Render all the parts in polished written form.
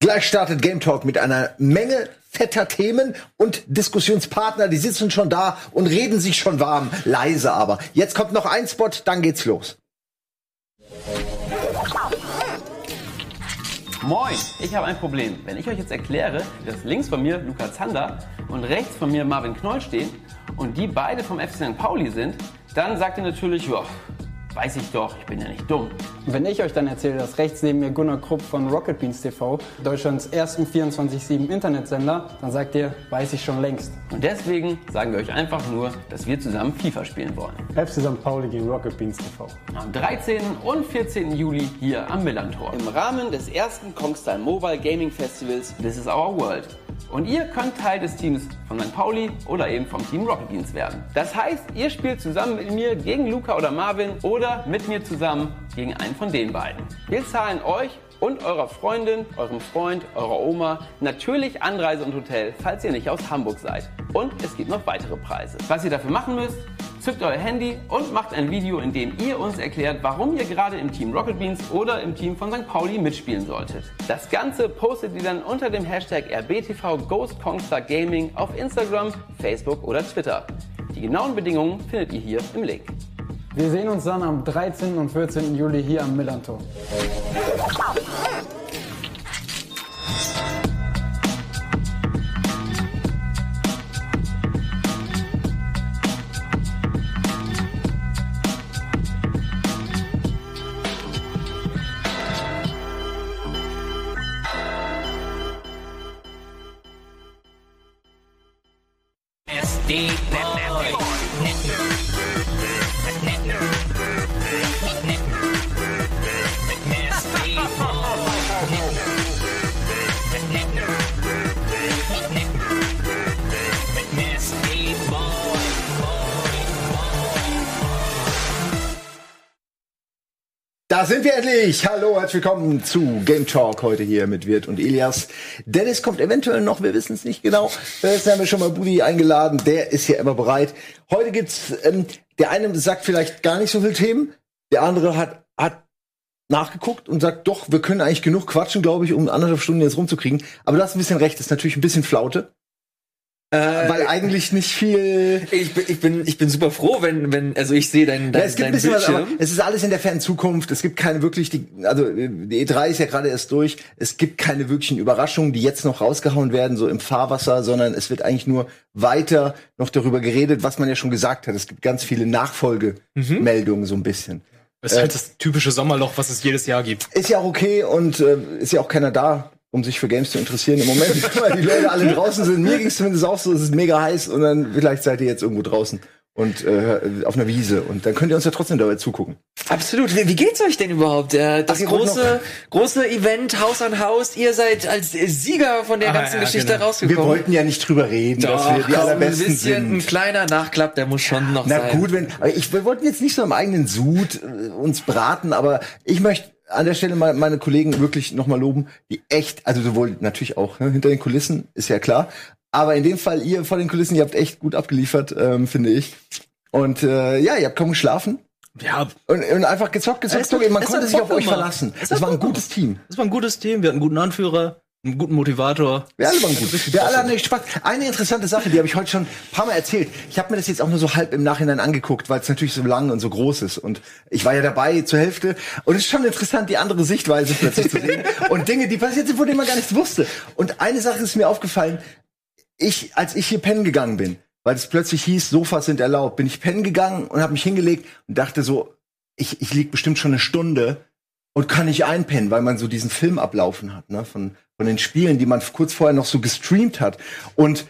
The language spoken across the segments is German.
Gleich startet Game Talk mit einer Menge fetter Themen und Diskussionspartner, die sitzen schon da und reden sich schon warm, leise aber. Jetzt kommt noch ein Spot, dann geht's los. Moin, ich habe ein Problem. Wenn ich euch jetzt erkläre, dass links von mir Luca Zander und rechts von mir Marvin Knoll stehen und die beide vom FC St. Pauli sind, dann sagt ihr natürlich, ja, weiß ich doch, ich bin ja nicht dumm. Wenn ich euch dann erzähle, dass rechts neben mir Gunnar Krupp von Rocket Beans TV, Deutschlands ersten 24/7 Internetsender, dann sagt ihr, weiß ich schon längst. Und deswegen sagen wir euch einfach nur, dass wir zusammen FIFA spielen wollen. FC St. Pauli gegen Rocket Beans TV. Am 13. und 14. Juli hier am Millantor. Im Rahmen des ersten Kongstar Mobile Gaming Festivals This is our world. Und ihr könnt Teil des Teams von St. Pauli oder eben vom Team Rocket Beans werden. Das heißt, ihr spielt zusammen mit mir gegen Luca oder Marvin oder mit mir zusammen gegen einen von den beiden. Wir zahlen euch und eurer Freundin, eurem Freund, eurer Oma natürlich Anreise und Hotel, falls ihr nicht aus Hamburg seid. Und es gibt noch weitere Preise. Was ihr dafür machen müsst: zückt euer Handy und macht ein Video, in dem ihr uns erklärt, warum ihr gerade im Team Rocket Beans oder im Team von St. Pauli mitspielen solltet. Das Ganze postet ihr dann unter dem Hashtag RBTV Ghost Kongstar Gaming auf Instagram, Facebook oder Twitter. Die genauen Bedingungen findet ihr hier im Link. Wir sehen uns dann am 13. und 14. Juli hier am Millantor. Da sind wir endlich! Hallo, herzlich willkommen zu Game Talk heute hier mit Wirt und Elias. Dennis kommt eventuell noch, wir wissen es nicht genau. Jetzt haben wir schon mal Budi eingeladen, der ist hier immer bereit. Heute gibt's, der eine sagt vielleicht gar nicht so viele Themen, der andere hat nachgeguckt und sagt, doch, wir können eigentlich genug quatschen, glaube ich, um 1,5 Stunden jetzt rumzukriegen. Aber du hast ein bisschen recht, ist natürlich ein bisschen Flaute. Weil eigentlich nicht viel. Ich bin super froh, wenn also ich sehe dein es gibt ein bisschen Bildschirm. was, aber es ist alles in der fernen Zukunft. Es gibt keine wirklich die E3 ist ja gerade erst durch. Es gibt keine wirklichen Überraschungen, die jetzt noch rausgehauen werden, so im Fahrwasser, sondern es wird eigentlich nur weiter noch darüber geredet, was man ja schon gesagt hat. Es gibt ganz viele Nachfolgemeldungen so ein bisschen. Das ist halt das typische Sommerloch, was es jedes Jahr gibt. Ist ja auch okay und ist ja auch keiner da, um sich für Games zu interessieren im Moment, weil die Leute alle draußen sind. Mir ging es zumindest auch so, es ist mega heiß und dann vielleicht seid ihr jetzt irgendwo draußen und auf einer Wiese und dann könnt ihr uns ja trotzdem dabei zugucken. Absolut. Wie geht's euch denn überhaupt? Das große Event Haus an Haus. Ihr seid als Sieger von der ganzen Geschichte Wir rausgekommen. wollten ja nicht drüber reden, dass wir die allerbesten ein bisschen sind. ein kleiner Nachklapp, der muss schon noch sein. Na gut, wir wollten jetzt nicht so im eigenen Sud uns braten, aber ich möchte an der Stelle mal meine Kollegen wirklich noch mal loben, die echt, also sowohl natürlich auch hinter den Kulissen, ist ja klar, aber in dem Fall ihr vor den Kulissen, ihr habt echt gut abgeliefert, finde ich. Und ihr habt kaum geschlafen. Ja. Und einfach gezockt. Man konnte sich auf euch verlassen. Das war ein gutes Team. Das war ein gutes Team, wir hatten einen guten Anführer, einen guten Motivator. Wir alle waren gut. Wir alle hatten echt Spaß. Eine interessante Sache, die habe ich heute schon ein paar Mal erzählt. Ich habe mir das jetzt auch nur so halb im Nachhinein angeguckt, weil es natürlich so lang und so groß ist. Und ich war ja dabei zur Hälfte. Und es ist schon interessant, die andere Sichtweise plötzlich zu sehen. Und Dinge, die passiert sind, von denen man gar nichts wusste. Und eine Sache ist mir aufgefallen. Als ich hier pennen gegangen bin, weil es plötzlich hieß, Sofas sind erlaubt, bin ich pennen gegangen und habe mich hingelegt und dachte so, ich lieg bestimmt schon eine Stunde und kann nicht einpennen, weil man so diesen Film ablaufen hat, ne, von den Spielen, die man kurz vorher noch so gestreamt hat. Und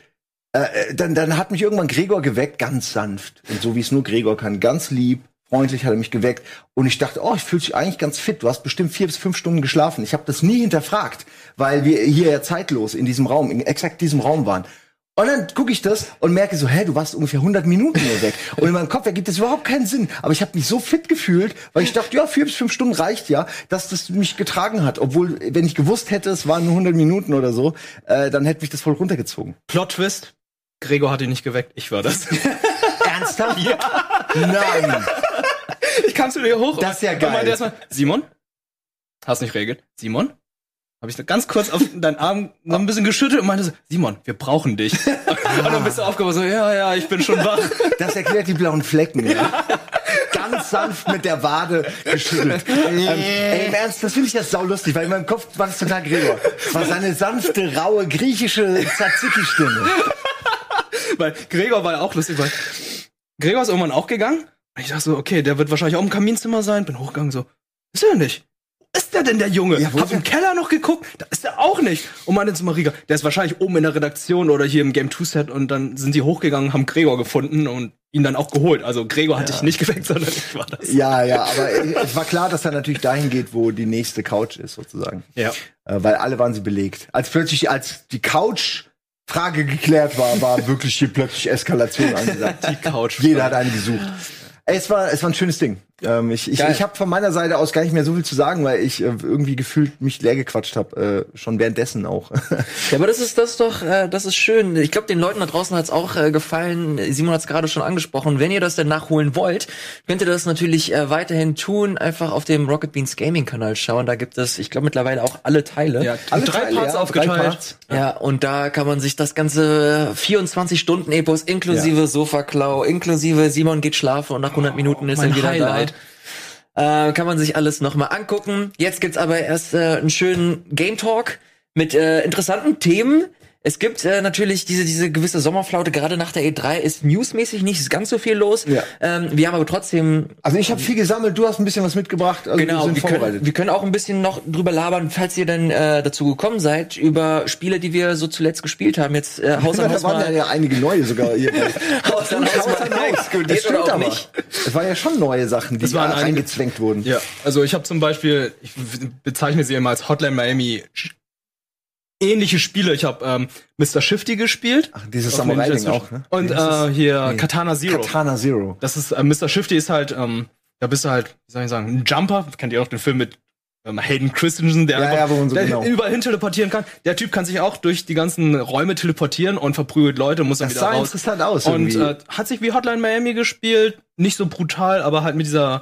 dann hat mich irgendwann Gregor geweckt, ganz sanft. Und so wie es nur Gregor kann, ganz lieb, freundlich hat er mich geweckt. Und ich dachte, ich fühle mich eigentlich ganz fit. Du hast bestimmt 4 bis 5 Stunden geschlafen. Ich habe das nie hinterfragt, weil wir hier ja zeitlos in diesem Raum, in exakt diesem Raum waren. Und dann gucke ich das und merke so, du warst ungefähr 100 Minuten nur weg. Und in meinem Kopf ergibt das überhaupt keinen Sinn. Aber ich habe mich so fit gefühlt, weil ich dachte, 4 bis 5 Stunden reicht ja, dass das mich getragen hat. Obwohl, wenn ich gewusst hätte, es waren nur 100 Minuten oder so, dann hätte mich das voll runtergezogen. Plot-Twist, Gregor hat ihn nicht geweckt, ich war das. Ernsthaft? Ja. Nein. Ich kam zu dir hoch das ist ja und geil. meinte erstmal, Simon? Hast nicht reagiert? Simon? habe ich ganz kurz auf deinen Arm noch ein bisschen geschüttelt und meinte so, Simon, wir brauchen dich. Und dann bist du aufgewacht so, ja, ich bin schon wach. Das erklärt die blauen Flecken. Ja. Ganz sanft mit der Wade geschüttelt. Ey, im Ernst, das finde ich jetzt saulustig, weil in meinem Kopf war das total Gregor. Das war seine sanfte, raue, griechische Tzatziki-Stimme. Weil Gregor war ja auch lustig, weil Gregor ist irgendwann auch gegangen. Und ich dachte so, okay, der wird wahrscheinlich auch im Kaminzimmer sein. Bin hochgegangen so, ist er nicht? Wo ist der denn, der Junge? Ja, hab im Keller noch geguckt, da ist er auch nicht. Und meinte zu Marika, der ist wahrscheinlich oben in der Redaktion oder hier im Game 2 Set und dann sind die hochgegangen, haben Gregor gefunden und ihn dann auch geholt. Also Gregor hat dich nicht geweckt, sondern ich war das. Ja, aber es war klar, dass er natürlich dahin geht, wo die nächste Couch ist, sozusagen. Ja. Weil alle waren sie belegt. Als die Couch-Frage geklärt war wirklich hier plötzlich Eskalation angesagt. Die Couch. Jeder hat einen gesucht. Es war ein schönes Ding. Ich habe von meiner Seite aus gar nicht mehr so viel zu sagen, weil ich irgendwie gefühlt mich leer gequatscht habe, schon währenddessen auch. Ja, aber das ist schön. Ich glaube, den Leuten da draußen hat's auch gefallen. Simon hat's gerade schon angesprochen. Wenn ihr das denn nachholen wollt, könnt ihr das natürlich weiterhin tun. Einfach auf dem Rocket Beans Gaming Kanal schauen. Da gibt es, ich glaube, mittlerweile auch alle Teile. Ja, alle drei Teile, Parts aufgeteilt. Ja, und da kann man sich das ganze 24-Stunden-Epos inklusive Sofa-Klau, inklusive Simon geht schlafen und nach 100 Minuten ist er wieder Highlight. da. Kann man sich alles nochmal angucken. Jetzt gibt's aber erst einen schönen Game Talk mit interessanten Themen. Es gibt natürlich diese gewisse Sommerflaute, gerade nach der E3 ist newsmäßig nicht ganz so viel los. Ja. Wir haben aber trotzdem... Also ich habe viel gesammelt, du hast ein bisschen was mitgebracht. Also genau, wir können auch ein bisschen noch drüber labern, falls ihr denn dazu gekommen seid, über Spiele, die wir so zuletzt gespielt haben. Jetzt Haus an Haus da waren ja einige neue sogar. Haus an Haus mal exkludiert oder auch nicht. Es waren ja schon neue Sachen, die eingezwängt wurden. Ja, also ich habe zum Beispiel, ich bezeichne sie immer als Hotline Miami ähnliche Spiele. Ich habe Mr. Shifty gespielt. Ach, dieses Samurai-Ding auch, ne? Und hier Katana Zero. Katana Zero. Das ist, Mr. Shifty ist halt, da bist du halt, wie soll ich sagen, ein Jumper. Kennt ihr auch den Film mit Hayden Christensen, der einfach überall hin teleportieren kann. Der Typ kann sich auch durch die ganzen Räume teleportieren und verprügelt Leute, muss dann wieder raus. Das sah interessant aus und hat sich wie Hotline Miami gespielt. Nicht so brutal, aber halt mit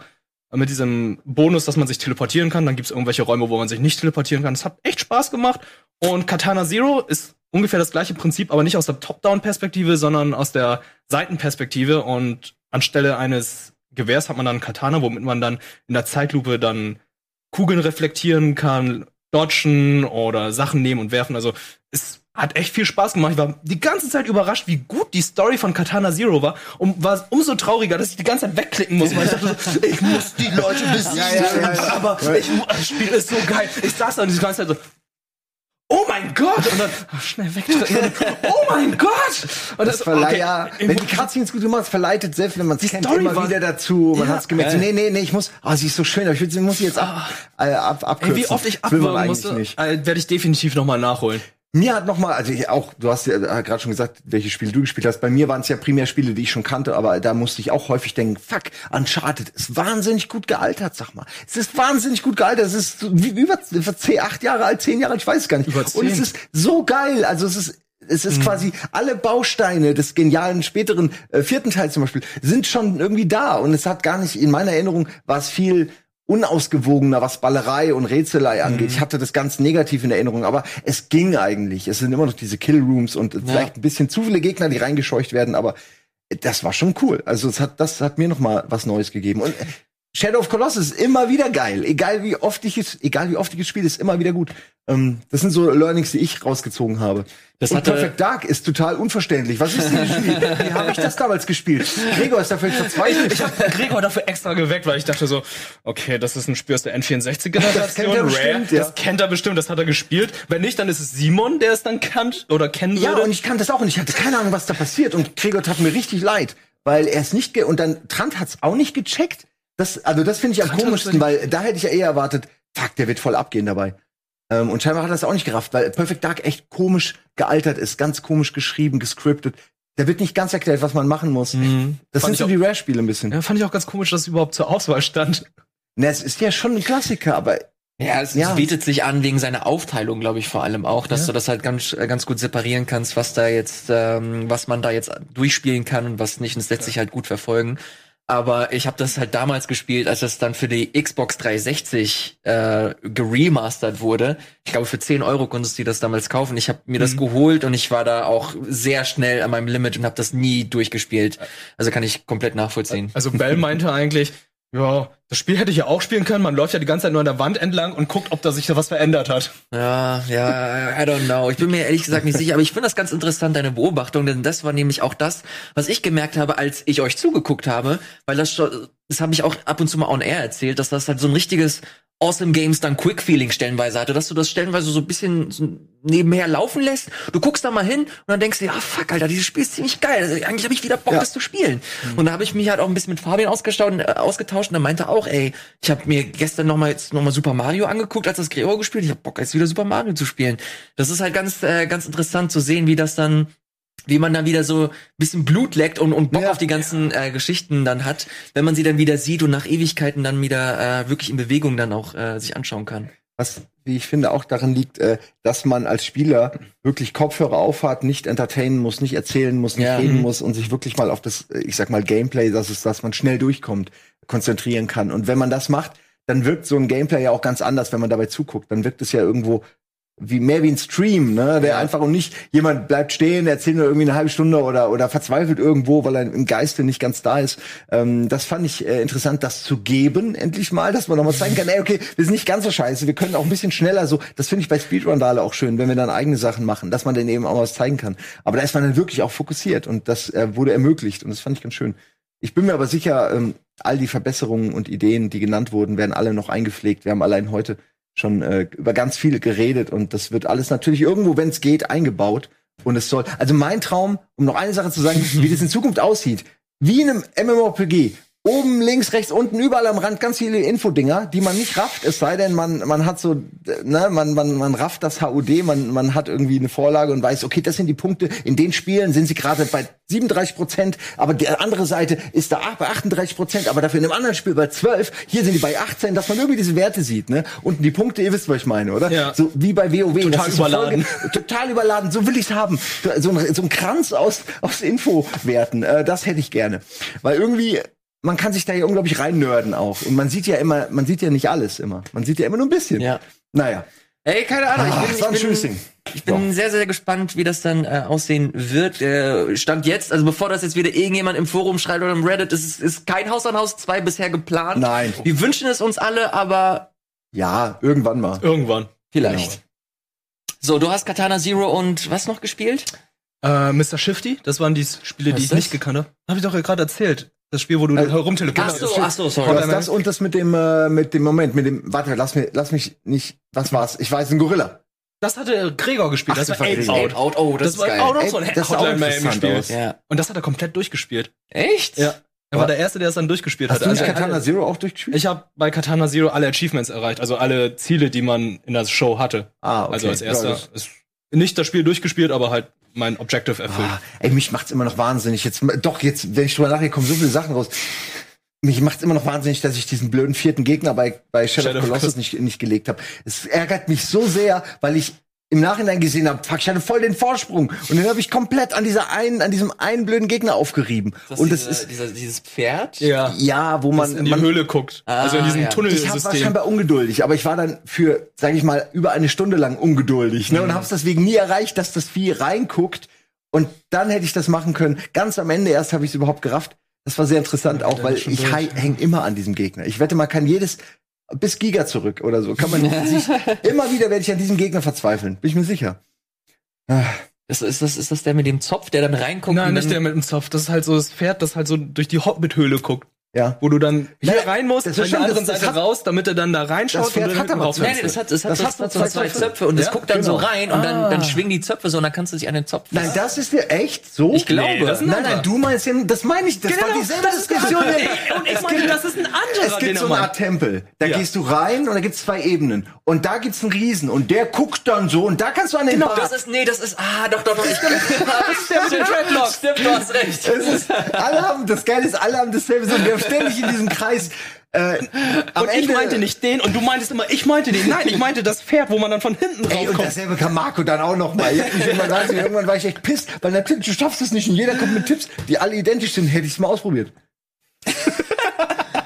diesem Bonus, dass man sich teleportieren kann. Dann gibt's irgendwelche Räume, wo man sich nicht teleportieren kann. Das hat echt Spaß gemacht. Und Katana Zero ist ungefähr das gleiche Prinzip, aber nicht aus der Top-Down-Perspektive, sondern aus der Seitenperspektive. Und anstelle eines Gewehrs hat man dann Katana, womit man dann in der Zeitlupe dann Kugeln reflektieren kann, dodgen oder Sachen nehmen und werfen. Also es hat echt viel Spaß gemacht. Ich war die ganze Zeit überrascht, wie gut die Story von Katana Zero war. Und war umso trauriger, dass ich die ganze Zeit wegklicken muss, weil ich dachte so, ich muss die Leute besiegen. Aber das Spiel ist so geil. Ich saß da und die ganze Zeit so, oh mein Gott! Und dann schnell wegdrücken. Oh mein Gott! Und das wenn die Cutscenes gut gemacht, verleitet, selbst wenn man es kennt, immer wieder dazu. Man hat's gemerkt, so, nee, ich muss, sie ist so schön, aber ich muss sie jetzt abkürzen. Wie oft ich abwürgen musste, werde ich definitiv nochmal nachholen. Mir hat du hast ja gerade schon gesagt, welche Spiele du gespielt hast. Bei mir waren es ja primär Spiele, die ich schon kannte, aber da musste ich auch häufig denken, fuck, Uncharted ist wahnsinnig gut gealtert, sag mal. Es ist wahnsinnig gut gealtert, es ist über 8 Jahre alt, 10 Jahre alt, ich weiß es gar nicht. Und es ist so geil, also es ist quasi alle Bausteine des genialen späteren 4. Teils zum Beispiel sind schon irgendwie da und es hat gar nicht, in meiner Erinnerung war es viel unausgewogener, was Ballerei und Rätselei angeht. Ich hatte das ganz negativ in Erinnerung, aber es ging eigentlich. Es sind immer noch diese Killrooms und vielleicht ein bisschen zu viele Gegner, die reingescheucht werden, aber das war schon cool. Also das hat mir noch mal was Neues gegeben. Und Shadow of Colossus ist immer wieder geil. Egal wie oft ich es spiele, ist immer wieder gut. Das sind so Learnings, die ich rausgezogen habe. Und Perfect Dark ist total unverständlich. Was ist dieses Spiel? Wie habe ich das damals gespielt? Gregor ist dafür verzweifelt. Ich habe Gregor dafür extra geweckt, weil ich dachte so, okay, das ist ein Spiel aus der N64-Generation. Das kennt er bestimmt, Das kennt er bestimmt, das hat er gespielt. Wenn nicht, dann ist es Simon, der es dann kennt oder kennen würde. Ja, und ich kannte das auch und ich hatte keine Ahnung, was da passiert. Und Gregor tat mir richtig leid, weil er es nicht und dann Trant hat's auch nicht gecheckt. Das finde ich am komischsten, weil da hätte ich ja eher erwartet, fuck, der wird voll abgehen dabei. Und scheinbar hat er das auch nicht gerafft, weil Perfect Dark echt komisch gealtert ist, ganz komisch geschrieben, gescriptet. Da wird nicht ganz erklärt, was man machen muss. Das sind so die Rare-Spiele ein bisschen. Ja, fand ich auch ganz komisch, dass es überhaupt zur Auswahl stand. Na, es ist ja schon ein Klassiker, aber ja, es bietet sich an wegen seiner Aufteilung, glaube ich, vor allem auch, dass du das halt ganz gut separieren kannst, was man da jetzt durchspielen kann und was nicht. Und es lässt sich halt gut verfolgen. Aber ich habe das halt damals gespielt, als das dann für die Xbox 360 geremastert wurde. Ich glaube, für 10 € konntest du das damals kaufen. Ich habe mir das geholt und ich war da auch sehr schnell an meinem Limit und habe das nie durchgespielt. Also kann ich komplett nachvollziehen. Also Bell meinte eigentlich, ja, das Spiel hätte ich ja auch spielen können. Man läuft ja die ganze Zeit nur an der Wand entlang und guckt, ob da sich da was verändert hat. Ja, I don't know. Ich bin mir ehrlich gesagt nicht sicher, aber ich finde das ganz interessant, deine Beobachtung, denn das war nämlich auch das, was ich gemerkt habe, als ich euch zugeguckt habe, weil das habe ich auch ab und zu mal on air erzählt, dass das halt so ein richtiges Awesome Games dann Quick Feeling stellenweise hatte, dass du das stellenweise so ein bisschen so nebenher laufen lässt. Du guckst da mal hin und dann denkst du, ja fuck, Alter, dieses Spiel ist ziemlich geil. Also, eigentlich habe ich wieder Bock, das zu spielen. Und da habe ich mich halt auch ein bisschen mit Fabian ausgetauscht und er meinte auch, ey, ich habe mir gestern noch mal Super Mario angeguckt, als das Gregor gespielt. Ich hab Bock, jetzt wieder Super Mario zu spielen. Das ist halt ganz interessant zu sehen, wie man dann wieder so ein bisschen Blut leckt und Bock auf die ganzen Geschichten dann hat, wenn man sie dann wieder sieht und nach Ewigkeiten dann wieder wirklich in Bewegung dann auch sich anschauen kann. Was, wie ich finde, auch daran liegt, dass man als Spieler wirklich Kopfhörer aufhat, nicht entertainen muss, nicht erzählen muss, nicht reden muss und sich wirklich mal auf das, ich sag mal, Gameplay, dass man schnell durchkommt, konzentrieren kann. Und wenn man das macht, dann wirkt so ein Gameplay ja auch ganz anders, wenn man dabei zuguckt. Dann wirkt es ja irgendwo mehr wie ein Stream, ne, der einfach und nicht jemand bleibt stehen, erzählt nur irgendwie eine halbe Stunde oder verzweifelt irgendwo, weil er im Geiste nicht ganz da ist. Das fand ich interessant, das zu geben, endlich mal, dass man noch mal zeigen kann, ey, okay, wir sind nicht ganz so scheiße, wir können auch ein bisschen schneller so. Das finde ich bei Speedrun-Dale auch schön, wenn wir dann eigene Sachen machen, dass man dann eben auch was zeigen kann. Aber da ist man dann wirklich auch fokussiert und das wurde ermöglicht und das fand ich ganz schön. Ich bin mir aber sicher, all die Verbesserungen und Ideen, die genannt wurden, werden alle noch eingepflegt. Wir haben allein heute schon über ganz viel geredet und das wird alles natürlich irgendwo, wenn es geht, eingebaut. Und es soll, also mein Traum, um noch eine Sache zu sagen, wie das in Zukunft aussieht, wie in einem MMORPG, oben, links, rechts, unten, überall am Rand ganz viele Infodinger, die man nicht rafft, es sei denn, man hat so, ne, man rafft das HUD, man hat irgendwie eine Vorlage und weiß, okay, das sind die Punkte, in den Spielen sind sie gerade bei 37%, aber die andere Seite ist da bei 38%, aber dafür in einem anderen Spiel bei 12%, hier sind die bei 18%, dass man irgendwie diese Werte sieht, ne? Unten die Punkte, ihr wisst, was ich meine, oder? Ja. So wie bei WoW. Total überladen. Total überladen, so will ich's haben. So ein Kranz aus Infowerten, das hätte ich gerne. Weil irgendwie man kann sich da ja unglaublich reinnörden auch. Und man sieht ja nicht alles immer. Man sieht ja immer nur ein bisschen. Ja. Naja. Ey, keine Ahnung. Ich bin sehr, sehr gespannt, wie das dann aussehen wird. Stand jetzt, also bevor das jetzt wieder irgendjemand im Forum schreibt oder im Reddit, ist kein Haus an Haus 2 bisher geplant. Nein. Wir wünschen es uns alle, aber ja, irgendwann mal. Irgendwann. Vielleicht. Genau. So, du hast Katana Zero und was noch gespielt? Mr. Shifty, das waren die Spiele, die ich nicht gekannt habe. Hab ich doch gerade erzählt. Das Spiel, wo du herumtelefonierst. Ach so, sorry. Du hast das und das mit dem warte, lass mich nicht, was war's? Ich weiß, ein Gorilla. Das hatte Gregor gespielt. Das war Ape Out. Oh, das ist geil. Auch noch so ein Hotline Miami Spiel. Ja. Und das hat er komplett durchgespielt. Echt? Ja. Er war der Erste, der es dann durchgespielt hat. Hast du nicht Katana Zero auch durchgespielt? Ich habe bei Katana Zero alle Achievements erreicht, also alle Ziele, die man in der Show hatte. Okay. Also als erster ist nicht das Spiel durchgespielt, aber halt mein Objective erfüllt. Ey, mich macht's immer noch wahnsinnig. Jetzt, wenn ich drüber nachdenke, kommen so viele Sachen raus. Mich macht's immer noch wahnsinnig, dass ich diesen blöden 4. Gegner bei Shadow of Colossus nicht gelegt habe. Es ärgert mich so sehr, weil ich im Nachhinein gesehen habe, fuck, ich hatte voll den Vorsprung. Und den habe ich komplett an diesem einen blöden Gegner aufgerieben. Und das ist dieses Pferd? Ja, wo man in die Höhle guckt. Also in diesem Tunnelsystem. Ich war scheinbar ungeduldig, aber ich war dann für, sag ich mal, über eine Stunde lang ungeduldig, ne? Und hab's deswegen nie erreicht, dass das Vieh reinguckt. Und dann hätte ich das machen können. Ganz am Ende erst habe ich es überhaupt gerafft. Das war sehr interessant auch, weil ich häng immer an diesem Gegner. Ich wette, man kann bis Giga zurück oder so. Kann man sich, immer wieder werde ich an diesem Gegner verzweifeln. Bin ich mir sicher. Ist das der mit dem Zopf, der dann reinguckt? Nein, nicht der mit dem Zopf. Das ist halt so das Pferd, das halt so durch die Hobbit-Höhle guckt. Ja. Wo du dann hier rein musst, von der anderen Seite raus, damit er dann da reinschaut. Das Pferd hat aber Nein, das hat so zwei Zöpfe und es guckt dann so rein und dann schwingen die Zöpfe so und dann kannst du dich an den Zopf. Nein, das ist dir echt so? Ich glaube. Nee, nein, du meinst ja, das meine ich, das war dieselbe Diskussion. Und ich meine, das ist ein anderer. Es gibt so eine Art Tempel. Da gehst du rein und da gibt's 2 Ebenen. Und da gibt's einen Riesen und der guckt dann so und da kannst du an den Bart. Das ist doch. Stimmt, du hast recht. Das Geile ist, alle haben dasselbe, so, wir haben ständig in diesem Kreis. Und ich meinte nicht den und du meintest immer, ich meinte den. Nein, ich meinte das Pferd, wo man dann von hinten draufkommt. Und dasselbe kam Marco dann auch noch mal. Irgendwann war ich echt pisst, weil natürlich, du schaffst es nicht und jeder kommt mit Tipps, die alle identisch sind. Hätte ich's mal ausprobiert.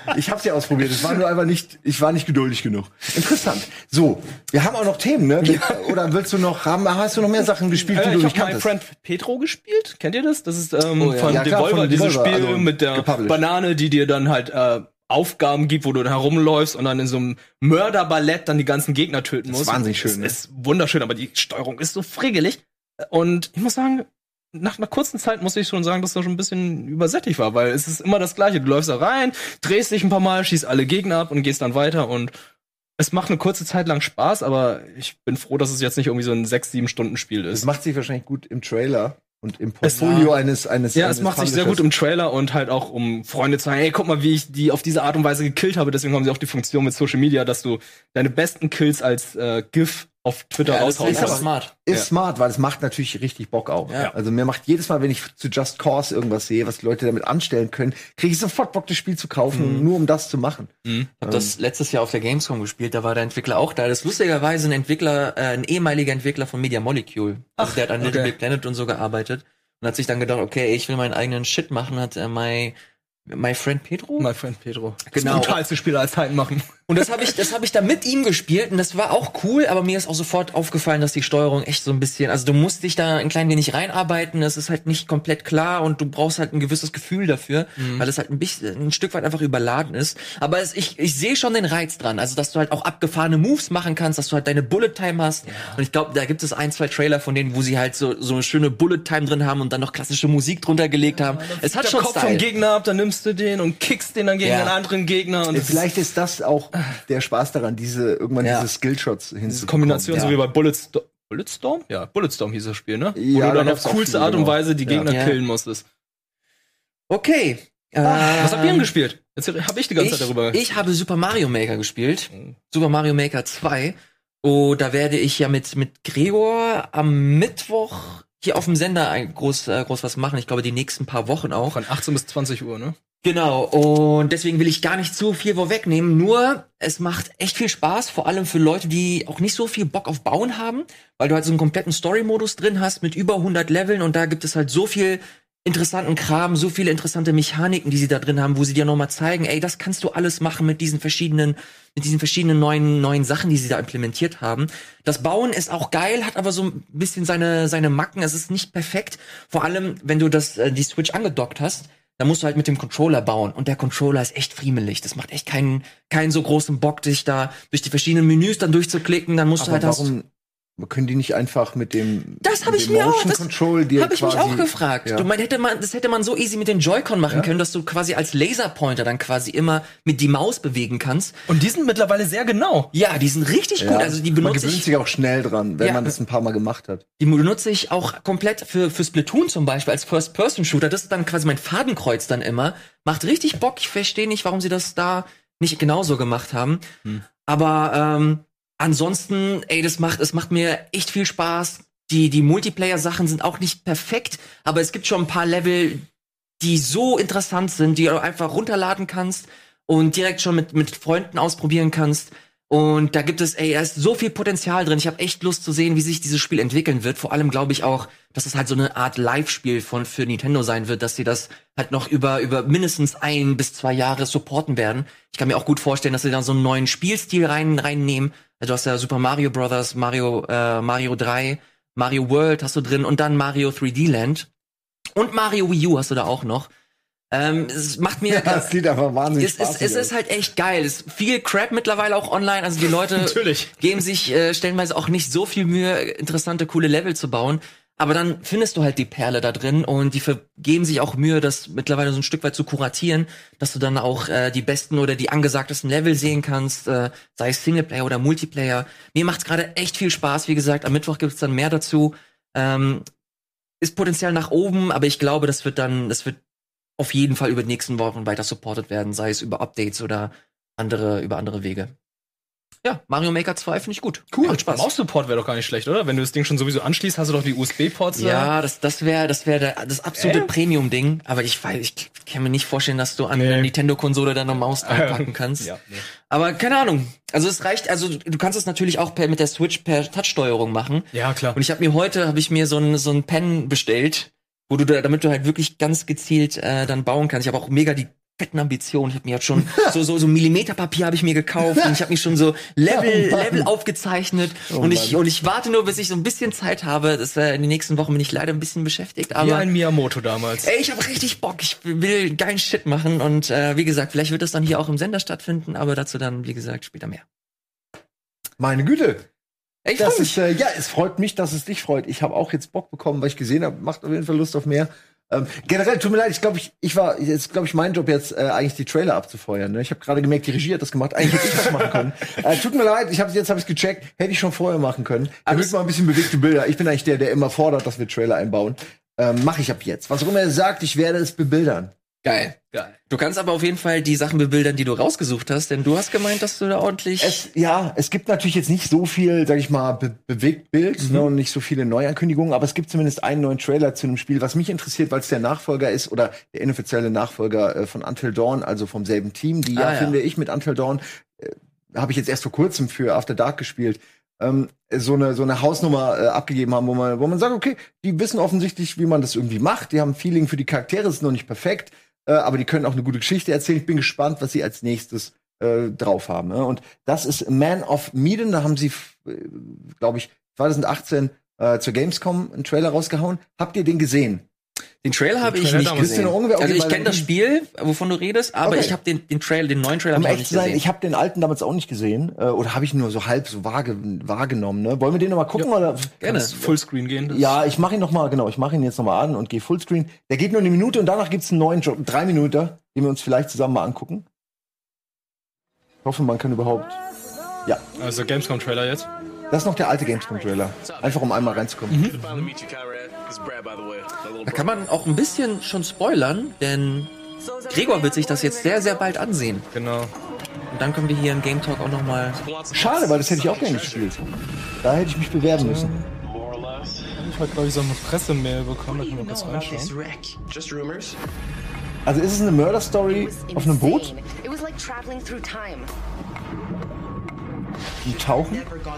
Ich hab's ja ausprobiert. Es war nur einfach ich war nicht geduldig genug. Interessant. So, wir haben auch noch Themen, ne? Oder hast du noch mehr Sachen gespielt, die du nicht Ich habe My kanntest? Friend Pedro gespielt. Kennt ihr das? Das ist ja. von Ja, klar, Devolver, von dieses Devolver, Spiel also mit der gepublished. Banane, die dir dann halt Aufgaben gibt, wo du dann herumläufst und dann in so einem Mörderballett dann die ganzen Gegner töten musst. Das ist wahnsinnig schön, ne? Das ist wunderschön, aber die Steuerung ist so friggelig. Und ich muss sagen, nach einer kurzen Zeit muss ich schon sagen, dass das schon ein bisschen übersättigt war, weil es ist immer das Gleiche. Du läufst da rein, drehst dich ein paar Mal, schießt alle Gegner ab und gehst dann weiter und es macht eine kurze Zeit lang Spaß, aber ich bin froh, dass es jetzt nicht irgendwie so ein 6-7 Stunden Spiel ist. Es macht sich wahrscheinlich gut im Trailer und im Portfolio eines Ja, es macht sich sehr gut Publishers. im Trailer und halt auch, um Freunde zu sagen, hey, guck mal, wie ich die auf diese Art und Weise gekillt habe. Deswegen haben sie auch die Funktion mit Social Media, dass du deine besten Kills als GIF auf Twitter raushauen ist aber kannst. smart. Ist smart, weil es macht natürlich richtig Bock auch. Ja. Also mir macht jedes Mal, wenn ich zu Just Cause irgendwas sehe, was die Leute damit anstellen können, kriege ich sofort Bock, das Spiel zu kaufen, nur um das zu machen. Ich habe das letztes Jahr auf der Gamescom gespielt, da war der Entwickler auch da. Das ist lustigerweise ein ehemaliger Entwickler von Media Molecule. Also der hat an Little Big Planet und so gearbeitet und hat sich dann gedacht, okay, ich will meinen eigenen Shit machen, hat My Friend Pedro? My Friend Pedro. Genau. Das brutalste Spiel aller Zeiten machen. Und das habe ich da mit ihm gespielt und das war auch cool, aber mir ist auch sofort aufgefallen, dass die Steuerung echt so ein bisschen, also du musst dich da ein klein wenig reinarbeiten, es ist halt nicht komplett klar und du brauchst halt ein gewisses Gefühl dafür, weil es halt ein Stück weit einfach überladen ist. Aber ich sehe schon den Reiz dran, also dass du halt auch abgefahrene Moves machen kannst, dass du halt deine Bullet Time hast. Ja. Und ich glaube, da gibt es 1, 2 Trailer von denen, wo sie halt so eine schöne Bullet Time drin haben und dann noch klassische Musik drunter gelegt haben. Es hat Der schon Kopf Style. vom Gegner ab, dann nimmst du den und kickst den dann gegen Ja. einen anderen Gegner. Und Vielleicht ist das auch der Spaß daran, diese Skillshots hinzubekommen. diese Kombination, Ja. so wie bei Bulletstorm? Ja, Bulletstorm hieß das Spiel, ne? Wo Ja, du da dann gab's auf auch coolste viele, Art und genau. Weise die Gegner Ja. killen musstest. Okay. Was habt ihr denn gespielt? Jetzt habe ich die ganze Zeit darüber. Ich habe Super Mario Maker gespielt. Super Mario Maker 2. Oh, da werde ich ja mit Gregor am Mittwoch hier auf dem Sender groß was machen. Ich glaube, die nächsten paar Wochen auch. Von 18 bis 20 Uhr, ne? Genau, und deswegen will ich gar nicht zu viel vorwegnehmen, nur es macht echt viel Spaß, vor allem für Leute, die auch nicht so viel Bock auf Bauen haben, weil du halt so einen kompletten Story-Modus drin hast mit über 100 Leveln und da gibt es halt so viel interessanten Kram, so viele interessante Mechaniken, die sie da drin haben, wo sie dir nochmal zeigen, ey, das kannst du alles machen mit diesen verschiedenen neuen Sachen, die sie da implementiert haben. Das Bauen ist auch geil, hat aber so ein bisschen seine Macken, es ist nicht perfekt, vor allem, wenn du die Switch angedockt hast, dann musst du halt mit dem Controller bauen. Und der Controller ist echt friemelig. Das macht echt keinen so großen Bock, dich da durch die verschiedenen Menüs dann durchzuklicken. Dann musst du halt warum können die nicht einfach mit dem Das habe mit ich dem mir auch, Motion das Control dir habe ich mich quasi- auch gefragt. Ja. Das hätte man so easy mit den Joy-Con machen können, dass du quasi als Laserpointer dann quasi immer mit die Maus bewegen kannst. Und die sind mittlerweile sehr genau. Ja, die sind richtig gut. Also die man benutze gewöhnt ich. sich auch schnell dran, wenn Ja. man das ein paar Mal gemacht hat. Die benutze ich auch komplett für Splatoon zum Beispiel als First-Person-Shooter. Das ist dann quasi mein Fadenkreuz dann immer. Macht richtig Bock. Ich verstehe nicht, warum sie das da nicht genauso gemacht haben. Aber ansonsten, ey, es macht mir echt viel Spaß. Die Multiplayer-Sachen sind auch nicht perfekt, aber es gibt schon ein paar Level, die so interessant sind, die du einfach runterladen kannst und direkt schon mit Freunden ausprobieren kannst. Und da gibt es, da ist so viel Potenzial drin. Ich habe echt Lust zu sehen, wie sich dieses Spiel entwickeln wird. Vor allem glaube ich auch, dass es halt so eine Art Live-Spiel für Nintendo sein wird, dass sie das halt noch über mindestens 1 bis 2 Jahre supporten werden. Ich kann mir auch gut vorstellen, dass sie dann so einen neuen Spielstil reinnehmen. Also du hast ja Super Mario Bros., Mario 3, Mario World hast du drin und dann Mario 3D Land. Und Mario Wii U hast du da auch noch. Es macht mir Das sieht einfach wahnsinnig es spaßig ist aus. halt echt geil. Es ist viel Crap mittlerweile auch online. Also die Leute Natürlich. geben sich stellenweise auch nicht so viel Mühe, interessante, coole Level zu bauen. Aber dann findest du halt die Perle da drin und die geben sich auch Mühe, das mittlerweile so ein Stück weit zu kuratieren, dass du dann auch die besten oder die angesagtesten Level sehen kannst, sei es Singleplayer oder Multiplayer. Mir macht's gerade echt viel Spaß. Wie gesagt, am Mittwoch gibt's dann mehr dazu. Ist Potenzial nach oben, aber ich glaube, das wird auf jeden Fall über die nächsten Wochen weiter supported werden, sei es über Updates oder über andere Wege. Ja, Mario Maker 2 finde ich gut. Cool. Macht Spaß. Maus-Support wäre doch gar nicht schlecht, oder? Wenn du das Ding schon sowieso anschließt, hast du doch die USB-Ports. Ja, das wäre das absolute Premium-Ding. Aber ich kann mir nicht vorstellen, dass du an der Nintendo-Konsole dann eine Maus packen kannst. Ja, nee. Aber keine Ahnung. Also es reicht, also du kannst es natürlich auch mit der Switch per Touchsteuerung machen. Ja, klar. Und ich habe mir so ein Pen bestellt, wo damit du halt wirklich ganz gezielt dann bauen kannst. Ich habe auch mega die fetten Ambitionen. Ich habe mir jetzt schon so Millimeterpapier habe ich mir gekauft und ich habe mich schon so Level aufgezeichnet und ich warte nur, bis ich so ein bisschen Zeit habe. Das in den nächsten Wochen bin ich leider ein bisschen beschäftigt. Aber wie ein Miyamoto damals. Ey, ich habe richtig Bock. Ich will geilen Shit machen und wie gesagt, vielleicht wird das dann hier auch im Sender stattfinden, aber dazu dann, wie gesagt, später mehr. Meine Güte. Ey, es freut mich, dass es dich freut. Ich habe auch jetzt Bock bekommen, weil ich gesehen habe, macht auf jeden Fall Lust auf mehr. Generell, tut mir leid, ich war mein Job jetzt eigentlich die Trailer abzufeuern. Ne? Ich habe gerade gemerkt, die Regie hat das gemacht. Eigentlich hätte ich das machen können. Tut mir leid, jetzt habe ich gecheckt, hätte ich schon vorher machen können. Damit mal ein bisschen bewegte Bilder. Ich bin eigentlich der immer fordert, dass wir Trailer einbauen. Mache ich ab jetzt. Was auch immer er sagt, ich werde es bebildern. Geil. Du kannst aber auf jeden Fall die Sachen bebildern, die du rausgesucht hast, denn du hast gemeint, dass du da ordentlich... Es gibt natürlich jetzt nicht so viel, sag ich mal, bewegt Bild, ne, und nicht so viele Neuankündigungen, aber es gibt zumindest einen neuen Trailer zu einem Spiel, was mich interessiert, weil es der Nachfolger ist oder der inoffizielle Nachfolger von Until Dawn, also vom selben Team, die finde ich, mit Until Dawn, habe ich jetzt erst vor kurzem für After Dark gespielt, so eine Hausnummer abgegeben haben, wo man sagt, okay, die wissen offensichtlich, wie man das irgendwie macht, die haben ein Feeling für die Charaktere, ist noch nicht perfekt, aber die können auch eine gute Geschichte erzählen. Ich bin gespannt, was sie als nächstes drauf haben. Ne? Und das ist Man of Medan. Da haben sie, glaube ich, 2018 zur Gamescom einen Trailer rausgehauen. Habt ihr den gesehen? Den Trailer habe ich nicht gesehen. Also ich kenne das Spiel, wovon du redest, aber ich habe den neuen Trailer habe ich nicht gesehen. Ich habe den alten damals auch nicht gesehen. Oder habe ich nur so halb so wahrgenommen. Ne? Wollen wir den noch mal gucken? Oder? Gerne. Fullscreen gehen. Ja, ich mache ihn noch mal, genau. Ich mache ihn jetzt noch mal an und gehe Fullscreen. Der geht nur eine Minute und danach gibt's einen neuen Job, 3 Minuten, den wir uns vielleicht zusammen mal angucken. Ich hoffe, man kann überhaupt... Ja. Also Gamescom-Trailer jetzt? Das ist noch der alte Gamescom-Trailer. Einfach um einmal reinzukommen. Da kann man auch ein bisschen schon spoilern, denn Gregor wird sich das jetzt sehr, sehr bald ansehen. Genau. Und dann können wir hier im Game Talk auch noch mal... Schade, weil das hätte ich auch gerne gespielt. Da hätte ich mich bewerben müssen. Ich habe, glaube ich, so eine Pressemail bekommen, da können wir kurz reinschauen. Also ist es eine Murder-Story auf einem Boot? Die tauchen?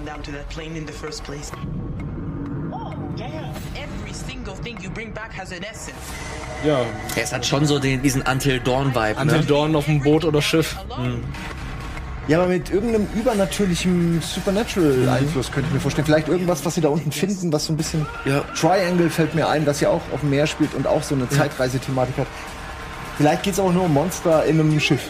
Ja. Es hat schon so diesen Until Dawn-Vibe, Until ne? Dawn auf dem Boot oder Schiff. Ja, aber mit irgendeinem übernatürlichen Supernatural-Einfluss könnte ich mir vorstellen. Vielleicht irgendwas, was sie da unten finden, was so ein bisschen... Ja. Triangle fällt mir ein, das ja auch auf dem Meer spielt und auch so eine Zeitreise-Thematik hat. Vielleicht geht's auch nur um Monster in einem Schiff.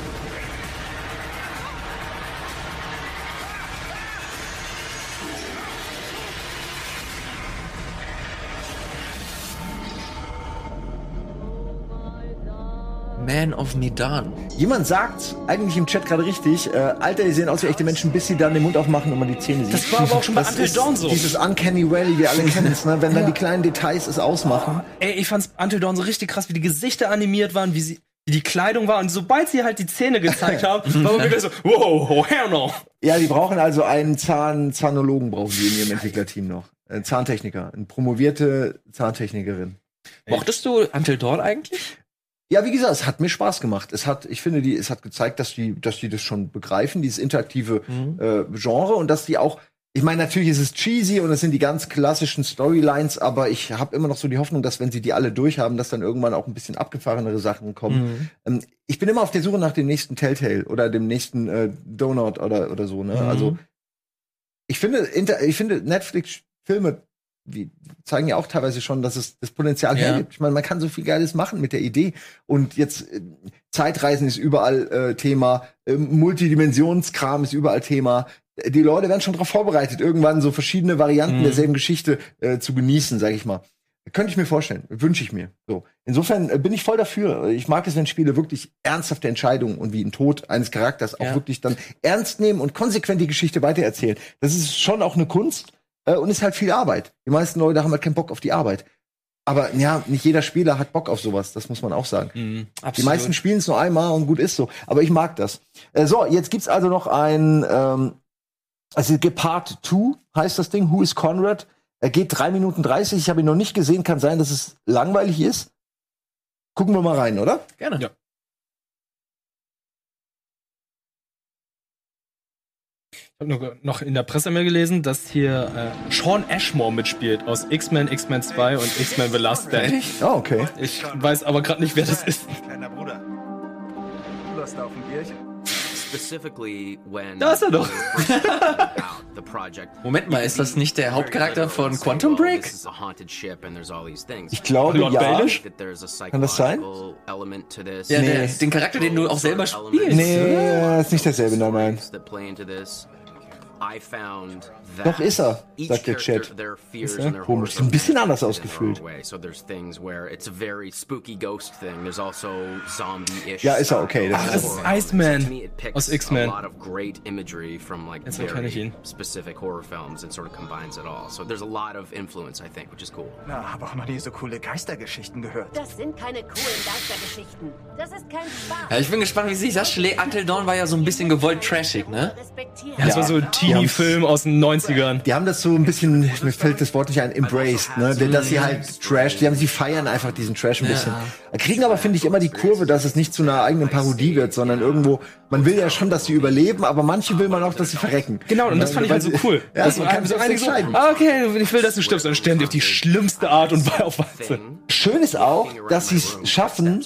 Man of Medan. Jemand sagt eigentlich im Chat gerade richtig, Alter, die sehen aus wie echte Menschen, bis sie dann den Mund aufmachen und man die Zähne sieht. Das war aber auch schon bei Until Dawn so. Dieses Uncanny Valley, wir alle kennen es, ne? Wenn dann die kleinen Details es ausmachen. Ey, ich fand's Until Dawn so richtig krass, wie die Gesichter animiert waren, wie die Kleidung war. Und sobald sie halt die Zähne gezeigt haben, war man wieder so, wow, hell no. Ja, die brauchen also einen Zahnologen, brauchen die in ihrem Entwicklerteam noch. Ein Zahntechniker, eine promovierte Zahntechnikerin. Mochtest du Until Dawn eigentlich? Ja, wie gesagt, es hat mir Spaß gemacht. Es hat gezeigt, dass die das schon begreifen, dieses interaktive Genre, und dass die auch, ich meine, natürlich ist es cheesy und es sind die ganz klassischen Storylines, aber ich habe immer noch so die Hoffnung, dass wenn sie die alle durchhaben, dass dann irgendwann auch ein bisschen abgefahrenere Sachen kommen. Ich bin immer auf der Suche nach dem nächsten Telltale oder dem nächsten Donut oder so, ne? Also ich finde Netflix-Filme zeigen ja auch teilweise schon, dass es das Potenzial hergibt. Ich meine, man kann so viel Geiles machen mit der Idee. Und jetzt Zeitreisen ist überall Thema, Multidimensionskram ist überall Thema. Die Leute werden schon darauf vorbereitet, irgendwann so verschiedene Varianten derselben Geschichte zu genießen, sage ich mal. Könnte ich mir vorstellen, wünsche ich mir. So. Insofern bin ich voll dafür. Ich mag es, wenn Spiele wirklich ernsthafte Entscheidungen und wie ein Tod eines Charakters auch wirklich dann ernst nehmen und konsequent die Geschichte weitererzählen. Das ist schon auch eine Kunst. Und ist halt viel Arbeit. Die meisten Leute haben halt keinen Bock auf die Arbeit. Aber ja, nicht jeder Spieler hat Bock auf sowas. Das muss man auch sagen. Die meisten spielen es nur einmal und gut ist so. Aber ich mag das. So, jetzt gibt's also noch ein Part 2 heißt das Ding. Who is Conrad? Er geht 3 Minuten 30. Ich habe ihn noch nicht gesehen. Kann sein, dass es langweilig ist. Gucken wir mal rein, oder? Gerne. Ja. Ich habe noch in der Pressemail gelesen, dass hier Sean Ashmore mitspielt aus X-Men, X-Men 2 und X-Men The Last Stand. Oh, okay. Ich weiß aber gerade nicht, wer das ist. Kleiner Bruder. Da ist er doch. Moment mal, ist das nicht der Hauptcharakter von Quantum Break? Ich glaube, Lord ja. Baelish? Kann das sein? Ja, den Charakter, den du auch selber spielst. Nee, ist nicht derselbe, nein. Doch, ist er, sagt der Chat. Komisch, ist ein bisschen anders ausgefüllt. Ja, ist er, okay. Ach, das ist Iceman aus X-Men. Jetzt kenne ich ihn. Na, habe auch noch nie so coole Geistergeschichten gehört. Das sind keine coolen Geistergeschichten. Das ist kein Spaß. Ja, ich bin gespannt, wie sich das schlägt. Until Dawn war ja so ein bisschen gewollt trashig, ne? Ja, das war so ein Teenie-Film aus den 90ern. Die haben das so ein bisschen, mir fällt das Wort nicht ein, embraced, ne? Dass sie halt Trash, sie feiern einfach diesen Trash ein bisschen. Kriegen aber, finde ich, immer die Kurve, dass es nicht zu einer eigenen Parodie wird, sondern irgendwo, man will ja schon, dass sie überleben, aber manche will man auch, dass sie verrecken. Genau, und das fand ich halt so cool. Ja, dass man kann sich entscheiden. Okay, ich will, dass du stirbst. Dann sterben die auf die schlimmste Art und Weise. Schön ist auch, dass sie es schaffen,